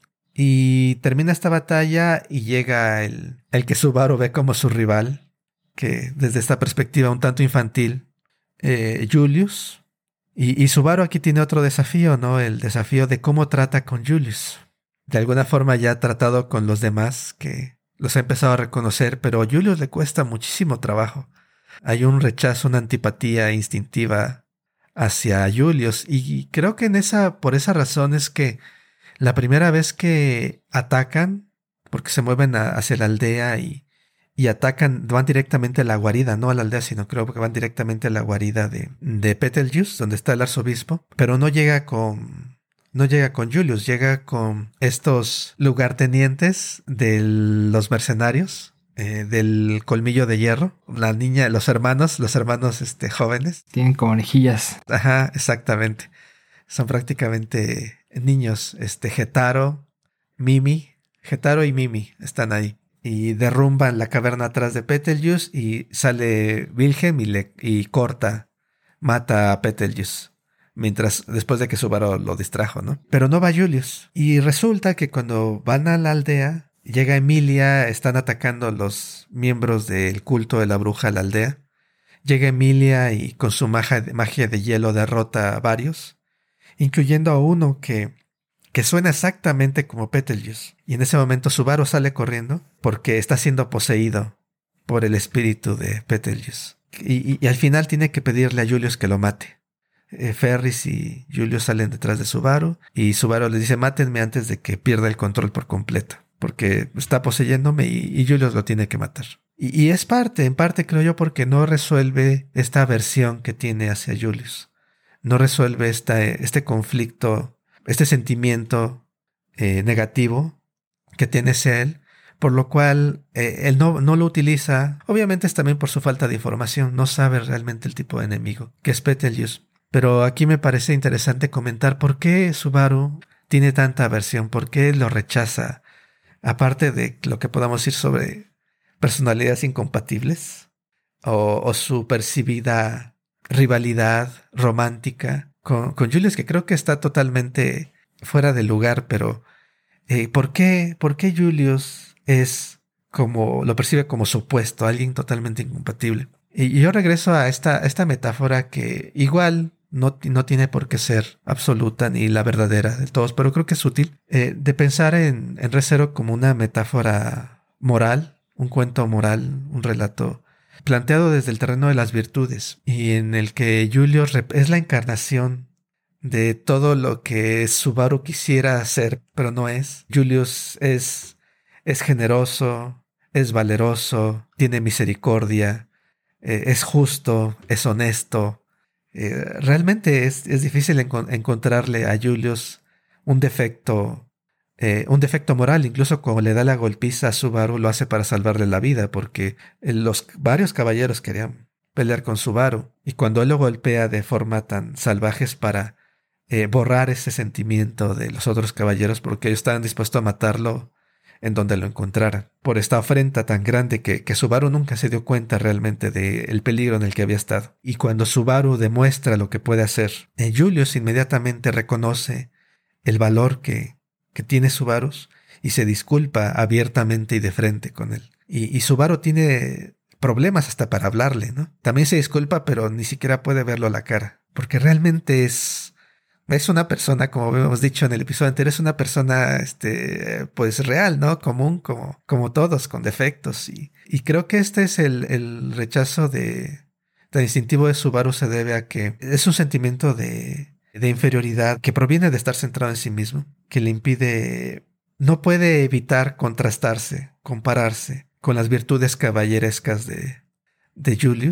Y termina esta batalla y llega el, el que Subaru ve como su rival, que desde esta perspectiva un tanto infantil, eh, Julius. Y, y Subaru aquí tiene otro desafío, ¿no? El desafío de cómo trata con Julius. De alguna forma ya ha tratado con los demás, que los ha empezado a reconocer, pero a Julius le cuesta muchísimo trabajo. Hay un rechazo, una antipatía instintiva hacia Julius, y creo que en esa, por esa razón es que la primera vez que atacan, porque se mueven a, hacia la aldea y, y atacan, van directamente a la guarida, no a la aldea, sino creo que van directamente a la guarida de, de Betelgeuse, donde está el arzobispo, pero no llega con, no llega con Julius, llega con estos lugartenientes de los mercenarios, Eh, del Colmillo de Hierro, la niña, los hermanos, los hermanos este, jóvenes. Tienen como orejillas. Ajá, exactamente. Son prácticamente niños. Este, Getaro, Mimi, Getaro y Mimi están ahí. Y derrumban la caverna atrás de Betelgeuse y sale Wilhelm y, le, y corta, mata a Betelgeuse. Mientras, después de que Subaru lo distrajo, ¿no? Pero no va Julius. Y resulta que cuando van a la aldea, llega Emilia, están atacando los miembros del culto de la bruja a la aldea. Llega Emilia y con su magia, magia de hielo derrota a varios, incluyendo a uno que, que suena exactamente como Betelgeuse. Y en ese momento Subaru sale corriendo porque está siendo poseído por el espíritu de Betelgeuse. Y, y, y al final tiene que pedirle a Julius que lo mate. Eh, Ferris y Julius salen detrás de Subaru y Subaru les dice: mátenme antes de que pierda el control por completo, porque está poseyéndome y, y Julius lo tiene que matar. Y, y es parte, en parte creo yo, porque no resuelve esta aversión que tiene hacia Julius. No resuelve esta, este conflicto, este sentimiento eh, negativo que tiene hacia él, por lo cual eh, él no, no lo utiliza. Obviamente es también por su falta de información, no sabe realmente el tipo de enemigo que es Betelgeuse. Pero aquí me parece interesante comentar por qué Subaru tiene tanta aversión, por qué lo rechaza. Aparte de lo que podamos decir sobre personalidades incompatibles o, o su percibida rivalidad romántica con, con Julius, que creo que está totalmente fuera de lugar, pero eh, ¿por qué, por qué Julius es como, lo percibe como su opuesto, alguien totalmente incompatible? Y, y yo regreso a esta, esta metáfora que igual no, no tiene por qué ser absoluta ni la verdadera de todos, pero creo que es útil, eh, de pensar en, en Re:Zero como una metáfora moral, un cuento moral, un relato planteado desde el terreno de las virtudes, y en el que Julius es la encarnación de todo lo que Subaru quisiera ser, pero no es. Julius es, es generoso, es valeroso, tiene misericordia, eh, es justo, es honesto. Eh, realmente es, es difícil enco- encontrarle a Julius un defecto, eh, un defecto moral. Incluso cuando le da la golpiza a Subaru, lo hace para salvarle la vida, porque los varios caballeros querían pelear con Subaru, y cuando él lo golpea de forma tan salvaje es para eh, borrar ese sentimiento de los otros caballeros, porque ellos estaban dispuestos a matarlo en donde lo encontraran, por esta afrenta tan grande que, que Subaru nunca se dio cuenta realmente del peligro en el que había estado. Y cuando Subaru demuestra lo que puede hacer, eh, Julius inmediatamente reconoce el valor que, que tiene Subaru y se disculpa abiertamente y de frente con él. Y, y Subaru tiene problemas hasta para hablarle, ¿no? También se disculpa, pero ni siquiera puede verlo a la cara, porque realmente es... Es una persona, como hemos dicho en el episodio anterior, es una persona, este, pues real, ¿no? Común, como, como todos, con defectos. Y, y creo que este es el, el rechazo de, tan instintivo de Subaru, se debe a que es un sentimiento de, de inferioridad que proviene de estar centrado en sí mismo, que le impide, no puede evitar contrastarse, compararse con las virtudes caballerescas de, de Julius.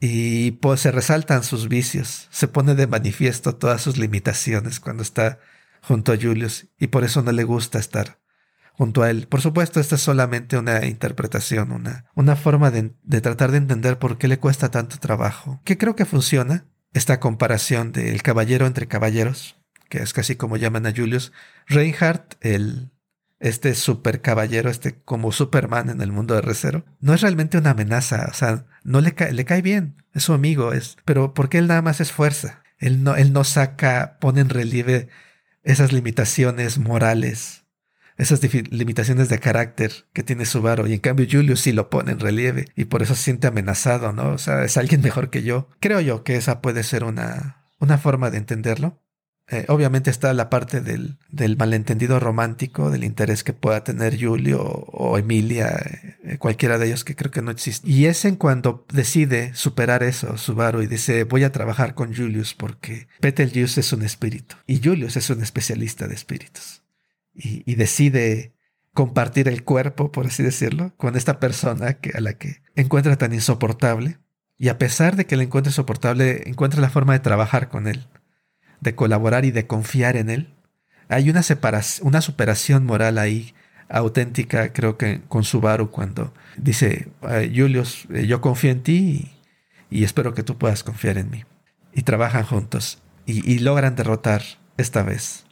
Y pues se resaltan sus vicios, se pone de manifiesto todas sus limitaciones cuando está junto a Julius y por eso no le gusta estar junto a él. Por supuesto, esta es solamente una interpretación, una, una forma de, de tratar de entender por qué le cuesta tanto trabajo. Que creo que funciona esta comparación del caballero entre caballeros, que es casi como llaman a Julius. Reinhardt, el, este super caballero, este como Superman en el mundo de Re:Zero, no es realmente una amenaza, o sea, no le cae, le cae bien, es su amigo, es, pero porque él nada más es fuerza. Él no, él no saca, pone en relieve esas limitaciones morales, esas limitaciones de carácter que tiene Subaru, y en cambio Julius sí lo pone en relieve y por eso se siente amenazado, ¿no? O sea, es alguien mejor que yo. Creo yo que esa puede ser una, una forma de entenderlo. Eh, obviamente está la parte del, del malentendido romántico, del interés que pueda tener Julio o, o Emilia, eh, cualquiera de ellos, que creo que no existe. Y es en cuando decide superar eso, Subaru, y dice, voy a trabajar con Julius porque Betelgeuse es un espíritu y Julius es un especialista de espíritus. Y, y decide compartir el cuerpo, por así decirlo, con esta persona que, a la que encuentra tan insoportable. Y a pesar de que la encuentra insoportable, encuentra la forma de trabajar con él, de colaborar y de confiar en él. Hay una separación, una superación moral ahí auténtica, creo que con Subaru, cuando dice, Julius, yo confío en ti y, y espero que tú puedas confiar en mí. Y trabajan juntos y, y logran derrotar esta vez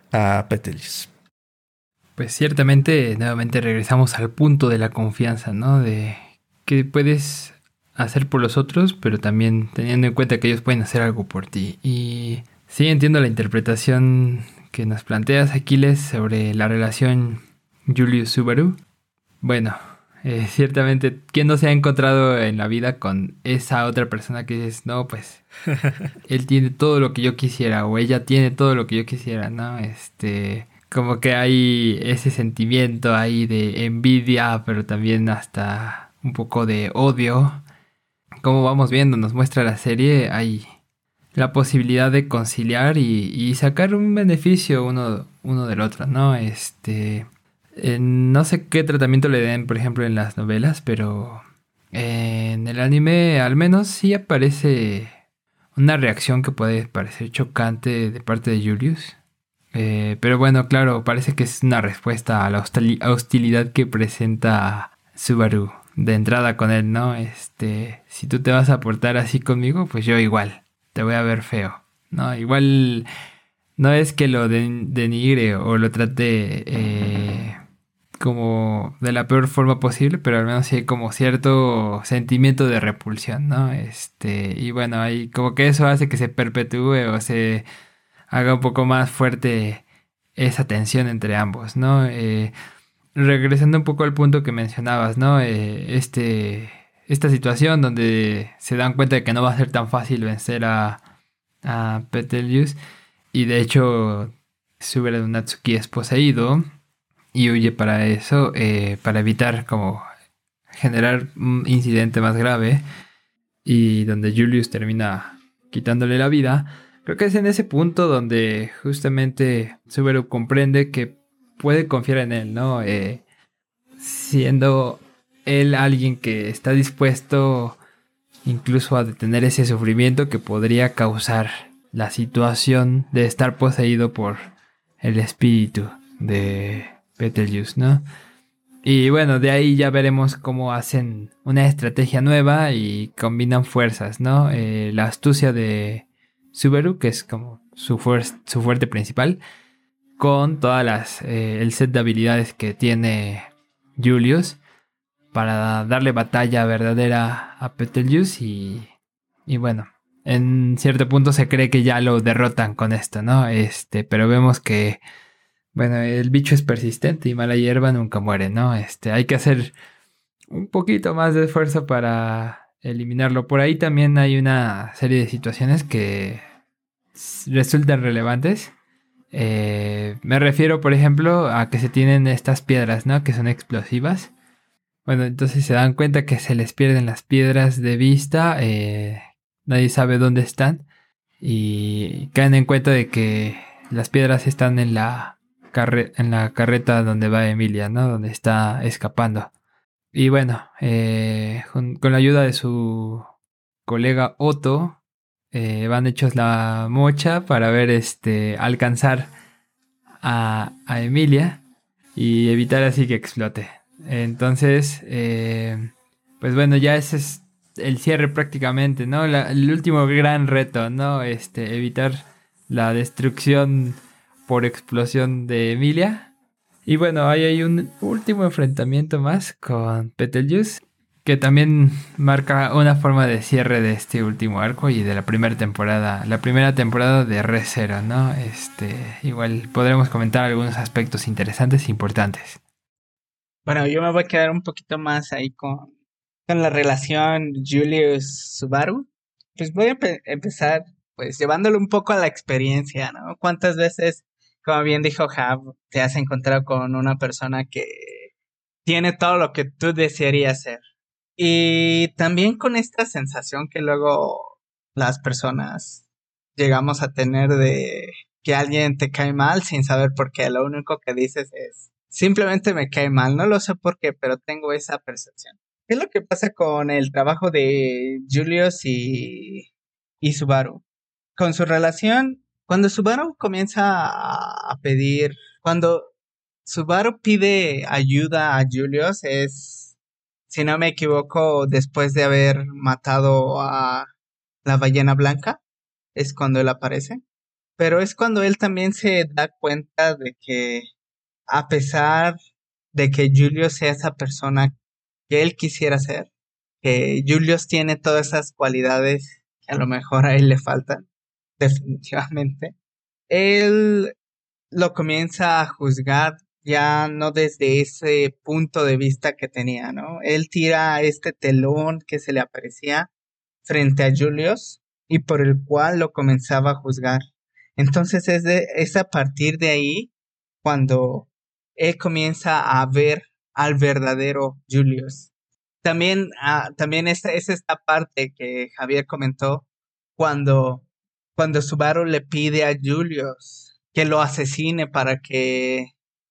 a Betelgeuse. Pues ciertamente, nuevamente regresamos al punto de la confianza, ¿no? De que puedes hacer por los otros, pero también teniendo en cuenta que ellos pueden hacer algo por ti. Y sí, entiendo la interpretación que nos planteas, Aquiles, sobre la relación Julius-Subaru. Bueno, eh, ciertamente, ¿quién no se ha encontrado en la vida con esa otra persona que dices, no, pues, él tiene todo lo que yo quisiera, o ella tiene todo lo que yo quisiera, ¿no? Este... Como que hay ese sentimiento ahí de envidia, pero también hasta un poco de odio. Como vamos viendo, nos muestra la serie, hay la posibilidad de conciliar y, y sacar un beneficio uno, uno del otro, ¿no? Este, eh, no sé qué tratamiento le den, por ejemplo, en las novelas, pero en el anime al menos sí aparece una reacción que puede parecer chocante de parte de Julius. Eh, pero bueno, claro, parece que es una respuesta a la hostil- hostilidad que presenta Subaru de entrada con él, ¿no? Este, si tú te vas a portar así conmigo, pues yo igual, te voy a ver feo, ¿no? Igual no es que lo den- denigre o lo trate eh, como de la peor forma posible, pero al menos sí hay como cierto sentimiento de repulsión, ¿no? Este, y bueno, ahí como que eso hace que se perpetúe o se haga un poco más fuerte esa tensión entre ambos, ¿no? Eh, regresando un poco al punto que mencionabas, ¿no? Eh, este, esta situación donde se dan cuenta de que no va a ser tan fácil vencer a, a Betelgeuse, y de hecho Subaru Natsuki es poseído y huye para eso, eh, para evitar como generar un incidente más grave, y donde Julius termina quitándole la vida. Creo que es en ese punto donde justamente Subaru comprende que puede confiar en él, ¿no? Eh, siendo él alguien que está dispuesto incluso a detener ese sufrimiento que podría causar la situación de estar poseído por el espíritu de Betelgeuse, ¿no? Y bueno, de ahí ya veremos cómo hacen una estrategia nueva y combinan fuerzas, ¿no? Eh, la astucia de Subaru, que es como su, fuer- su fuerte principal, con todas las eh, el set de habilidades que tiene Julius para darle batalla verdadera a Betelgeuse, y, y bueno, en cierto punto se cree que ya lo derrotan con esto, ¿no? Este, pero vemos que, bueno, el bicho es persistente y mala hierba nunca muere, ¿no? Este, hay que hacer un poquito más de esfuerzo para eliminarlo. Por ahí también hay una serie de situaciones que resultan relevantes. Eh, me refiero, por ejemplo, a que se tienen estas piedras, ¿no? Que son explosivas. Bueno, entonces se dan cuenta que se les pierden las piedras de vista. Eh, nadie sabe dónde están. Y caen en cuenta de que las piedras están en la, carre- en la carreta donde va Emilia, ¿no? Donde está escapando. Y bueno, eh, con, con la ayuda de su colega Otto eh, van hechos la mocha para ver este alcanzar a, a Emilia y evitar así que explote. Entonces, eh, pues bueno, ya ese es el cierre prácticamente, ¿no? La, el último gran reto, ¿no? Este, evitar la destrucción por explosión de Emilia. Y bueno, ahí hay un último enfrentamiento más con Betelgeuse, que también marca una forma de cierre de este último arco y de la primera temporada, la primera temporada de Re:Zero, ¿no? Este, igual podremos comentar algunos aspectos interesantes e importantes. Bueno, yo me voy a quedar un poquito más ahí con, con la relación Julius-Subaru. Pues voy a empe- empezar, pues, llevándolo un poco a la experiencia, ¿no? ¿Cuántas veces, como bien dijo Hab, te has encontrado con una persona que tiene todo lo que tú desearías ser? Y también con esta sensación que luego las personas llegamos a tener de que alguien te cae mal sin saber por qué. Lo único que dices es, simplemente me cae mal, no lo sé por qué, pero tengo esa percepción. ¿Qué es lo que pasa con el trabajo de Julius y, y Subaru? Con su relación, cuando Subaru comienza a, a pedir, cuando Subaru pide ayuda a Julius es, si no me equivoco, después de haber matado a la ballena blanca, es cuando él aparece. Pero es cuando él también se da cuenta de que a pesar de que Julius sea esa persona que él quisiera ser, que Julius tiene todas esas cualidades que a lo mejor a él le faltan, definitivamente, él lo comienza a juzgar ya no desde ese punto de vista que tenía, ¿no? Él tira este telón que se le aparecía frente a Julius y por el cual lo comenzaba a juzgar. Entonces es, de, es a partir de ahí cuando él comienza a ver al verdadero Julius. También, ah, también es, es esta parte que Javier comentó cuando, cuando Subaru le pide a Julius que lo asesine para que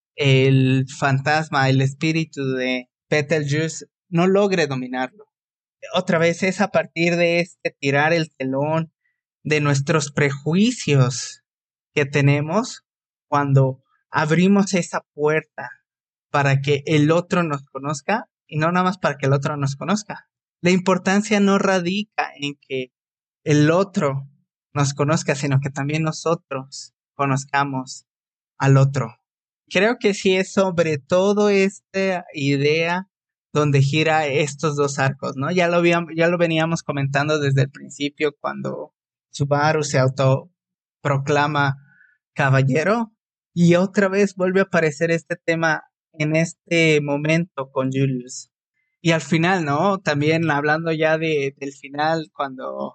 el fantasma, el espíritu de Betelgeuse no logre dominarlo. Otra vez es a partir de este tirar el telón de nuestros prejuicios que tenemos cuando abrimos esa puerta para que el otro nos conozca y no nada más para que el otro nos conozca. La importancia no radica en que el otro nos conozca, sino que también nosotros conozcamos al otro. Creo que sí es sobre todo esta idea donde gira estos dos arcos, ¿no? Ya lo, habíamos, ya lo veníamos comentando desde el principio cuando Subaru se autoproclama caballero y otra vez vuelve a aparecer este tema en este momento con Julius. Y al final, ¿no? También hablando ya de, del final, cuando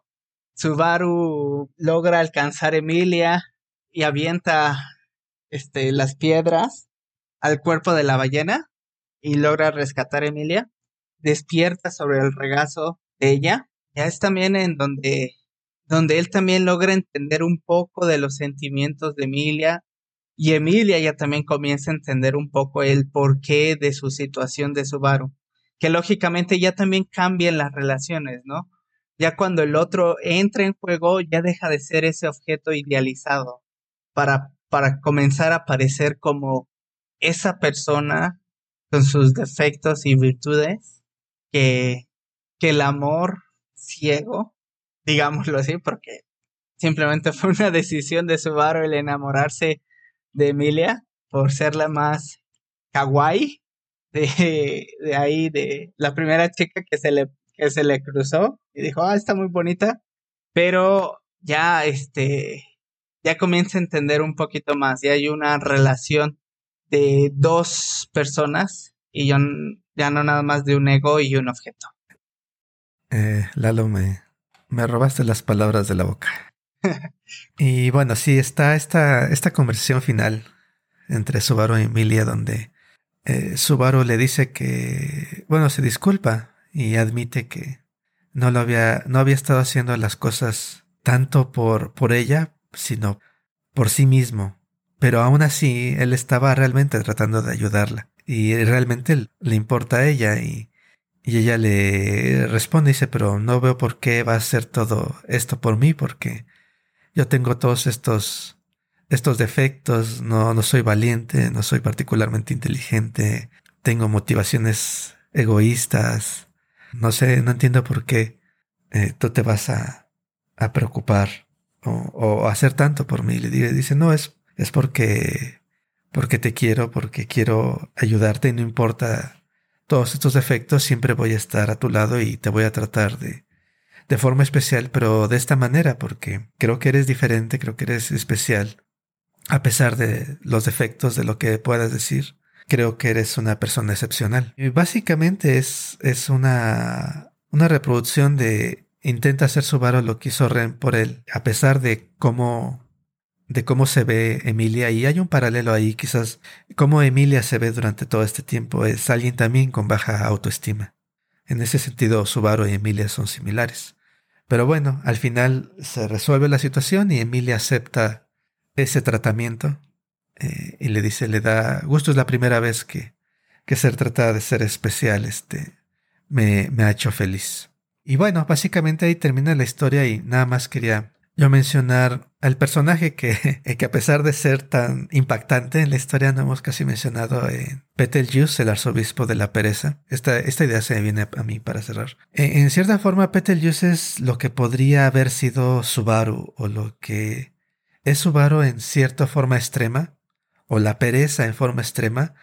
Subaru logra alcanzar a Emilia y avienta este, las piedras al cuerpo de la ballena y logra rescatar a Emilia, despierta sobre el regazo de ella. Ya es también en donde, donde él también logra entender un poco de los sentimientos de Emilia y Emilia ya también comienza a entender un poco el porqué de su situación de Subaru, que lógicamente ya también cambian las relaciones, ¿no? Ya cuando el otro entra en juego, ya deja de ser ese objeto idealizado para, para comenzar a aparecer como esa persona con sus defectos y virtudes que, que el amor ciego, digámoslo así, porque simplemente fue una decisión de Subaru el enamorarse de Emilia por ser la más kawaii de, de ahí, de la primera chica que se le, que se le cruzó y dijo, ah, está muy bonita, pero ya este, ya comienza a entender un poquito más, ya hay una relación de dos personas y yo, ya no nada más de un ego y un objeto. Eh, Lalo, me, me robaste las palabras de la boca. Y bueno, sí, está esta, esta conversación final entre Subaru y Emilia donde eh, Subaru le dice que, bueno, se disculpa y admite que no lo había, no había estado haciendo las cosas tanto por, por ella, sino por sí mismo. Pero aún así, él estaba realmente tratando de ayudarla. Y realmente le importa a ella y, Y ella le responde y dice, pero no veo por qué va a hacer todo esto por mí, porque yo tengo todos estos, estos defectos, no, no soy valiente, no soy particularmente inteligente, tengo motivaciones egoístas, no sé, no entiendo por qué eh, tú te vas a, a preocupar o, o hacer tanto por mí. Le dice, dice no, es, es porque, porque te quiero, porque quiero ayudarte y no importa todos estos defectos, siempre voy a estar a tu lado y te voy a tratar de, de forma especial, pero de esta manera, porque creo que eres diferente, creo que eres especial. A pesar de los defectos, de lo que puedas decir, creo que eres una persona excepcional. Y básicamente es, es una, una reproducción de intenta hacer Subaru lo que hizo Ren por él, a pesar de cómo, de cómo se ve Emilia. Y hay un paralelo ahí, quizás, cómo Emilia se ve durante todo este tiempo. Es alguien también con baja autoestima. En ese sentido, Subaru y Emilia son similares. Pero bueno, al final se resuelve la situación y Emilia acepta ese tratamiento eh, y le dice, le da gusto, es la primera vez que, que ser tratada de ser especial este, me, me ha hecho feliz. Y bueno, básicamente ahí termina la historia y nada más quería yo mencionar al personaje que, que a pesar de ser tan impactante en la historia no hemos casi mencionado, eh, Betelgeuse, el arzobispo de la pereza. Esta, esta idea se me viene a mí para cerrar. Eh, en cierta forma, Betelgeuse es lo que podría haber sido Subaru o lo que es Subaru en cierta forma extrema, o la pereza en forma extrema,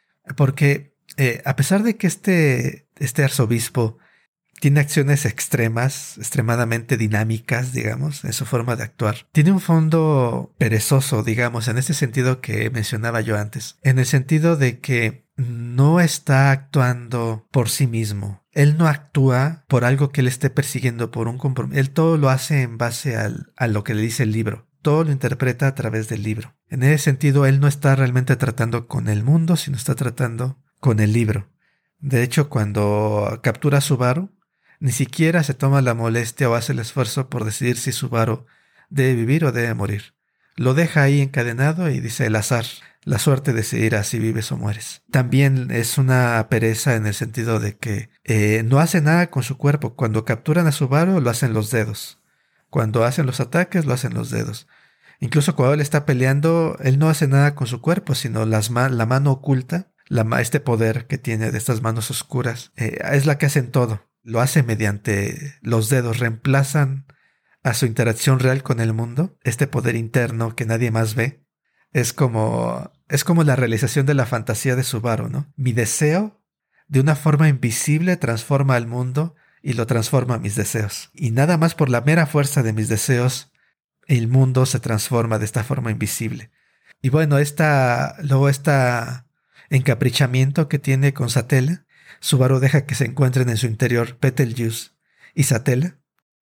porque eh, a pesar de que este, este arzobispo tiene acciones extremas, extremadamente dinámicas, digamos, en su forma de actuar, tiene un fondo perezoso, digamos, en ese sentido que mencionaba yo antes, en el sentido de que no está actuando por sí mismo. Él no actúa por algo que él esté persiguiendo, por un compromiso. Él todo lo hace en base al, a lo que le dice el libro. Todo lo interpreta a través del libro. En ese sentido, él no está realmente tratando con el mundo, sino está tratando con el libro. De hecho, cuando captura a Subaru, ni siquiera se toma la molestia o hace el esfuerzo por decidir si Subaru debe vivir o debe morir. Lo deja ahí encadenado y dice el azar, la suerte decidirá si vives o mueres. También es una pereza en el sentido de que eh, no hace nada con su cuerpo. Cuando capturan a Subaru, lo hacen los dedos. Cuando hacen los ataques, lo hacen los dedos. Incluso cuando él está peleando, él no hace nada con su cuerpo, sino las ma- la mano oculta, la ma- este poder que tiene de estas manos oscuras, eh, es la que hacen todo. Lo hace mediante los dedos, reemplazan a su interacción real con el mundo, este poder interno que nadie más ve. Es como, es como la realización de la fantasía de Subaru, ¿no? Mi deseo, de una forma invisible, transforma al mundo y lo transforma a mis deseos. Y nada más por la mera fuerza de mis deseos, el mundo se transforma de esta forma invisible. Y bueno, esta, luego esta encaprichamiento que tiene con Satella, Subaru deja que se encuentren en su interior Betelgeuse y Satella.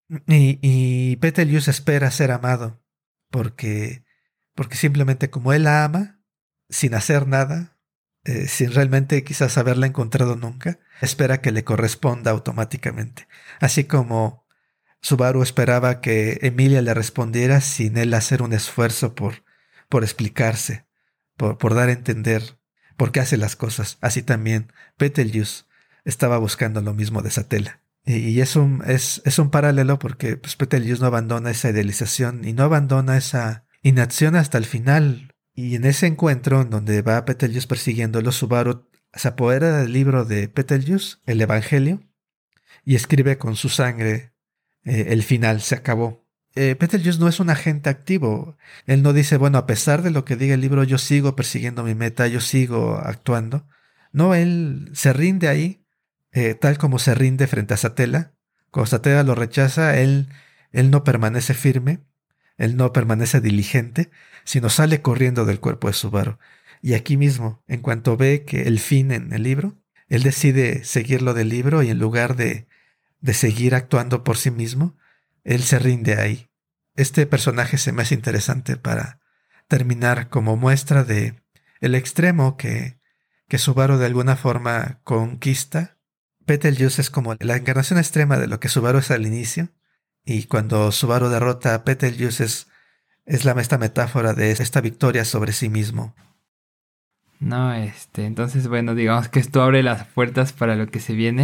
Y, y Betelgeuse espera ser amado, porque, porque simplemente como él la ama, sin hacer nada, Eh, sin realmente quizás haberla encontrado nunca, espera que le corresponda automáticamente. Así como Subaru esperaba que Emilia le respondiera sin él hacer un esfuerzo por, por explicarse, por, por dar a entender por qué hace las cosas. Así también Betelgeuse estaba buscando lo mismo de Satella. Y, y es, un, es, es un paralelo porque pues, Betelgeuse no abandona esa idealización y no abandona esa inacción hasta el final. Y en ese encuentro, en donde va Betelgeuse persiguiéndolo, Subaru se apodera del libro de Betelgeuse, el Evangelio, y escribe con su sangre eh, el final, se acabó. Eh, Betelgeuse no es un agente activo. Él no dice, bueno, a pesar de lo que diga el libro, yo sigo persiguiendo mi meta, yo sigo actuando. No, él se rinde ahí, eh, tal como se rinde frente a Satella. Cuando Satella lo rechaza, él, él no permanece firme. Él no permanece diligente, sino sale corriendo del cuerpo de Subaru. Y aquí mismo, en cuanto ve que el fin en el libro, él decide seguirlo del libro y en lugar de, de seguir actuando por sí mismo, él se rinde ahí. Este personaje se me hace interesante para terminar como muestra de el extremo que, que Subaru de alguna forma conquista. Betelgeuse es como la encarnación extrema de lo que Subaru es al inicio. Y cuando Subaru derrota a Betelgeuse es, es la, esta metáfora de esta victoria sobre sí mismo. No, este, entonces, bueno, digamos que esto abre las puertas para lo que se viene.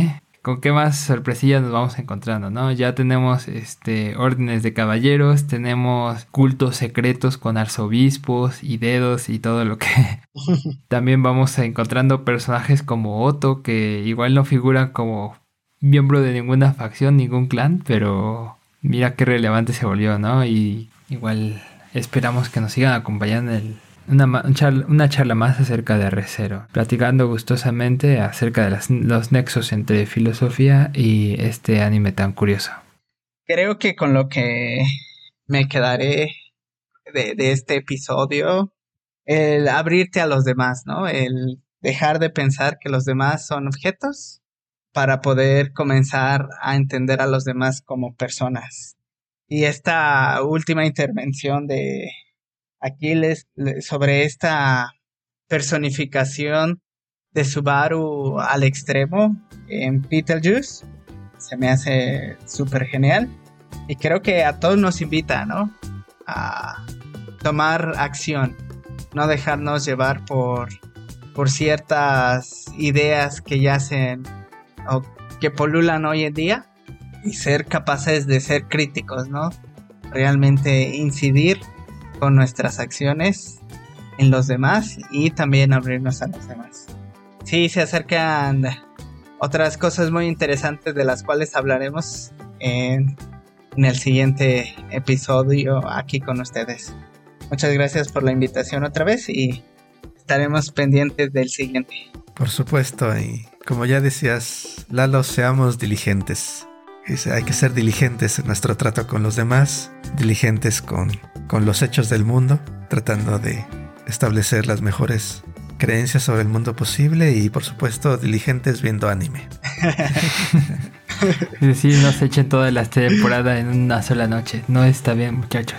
con qué más sorpresillas nos vamos encontrando, ¿no? Ya tenemos este órdenes de caballeros, tenemos cultos secretos con arzobispos y dedos y todo lo que... También vamos encontrando personajes como Otto, que igual no figuran como miembro de ninguna facción, ningún clan, pero mira qué relevante se volvió, ¿no? Y igual esperamos que nos sigan acompañando en el... Una, un charla, una charla más acerca de Re:Zero, platicando gustosamente acerca de las, los nexos entre filosofía y este anime tan curioso. Creo que con lo que me quedaré de, de este episodio, el abrirte a los demás, ¿no? El dejar de pensar que los demás son objetos para poder comenzar a entender a los demás como personas. Y esta última intervención de Aquiles sobre esta personificación de Subaru al extremo en Beetlejuice se me hace súper genial y creo que a todos nos invita, ¿no? A tomar acción, no dejarnos llevar por, por ciertas ideas que yacen o que polulan hoy en día y ser capaces de ser críticos, ¿no? Realmente incidir con nuestras acciones en los demás y también abrirnos a los demás. Sí, se acercan otras cosas muy interesantes de las cuales hablaremos en, en el siguiente episodio aquí con ustedes. Muchas gracias por la invitación otra vez y estaremos pendientes del siguiente. Por supuesto, y como ya decías, Lalo, seamos diligentes. Hay que ser diligentes en nuestro trato con los demás, diligentes con, con los hechos del mundo, tratando de establecer las mejores creencias sobre el mundo posible y, por supuesto, diligentes viendo anime. Sí, no se echen toda la temporada en una sola noche. No está bien, muchachos.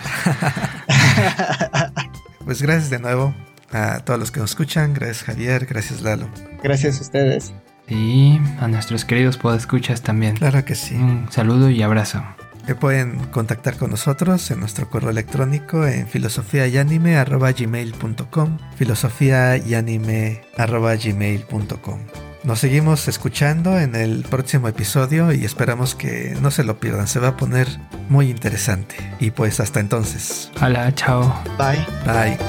Pues gracias de nuevo a todos los que nos escuchan. Gracias, Javier. Gracias, Lalo. Gracias a ustedes. Y a nuestros queridos podescuchas también. Claro que sí. Un saludo y abrazo. Me pueden contactar con nosotros en nuestro correo electrónico en filosofiayanime arroba gmail punto com, filosofiayanime arroba gmail punto com. Nos seguimos escuchando en el próximo episodio y esperamos que no se lo pierdan. Se va a poner muy interesante. Y pues hasta entonces. Hola, chao. Bye. Bye.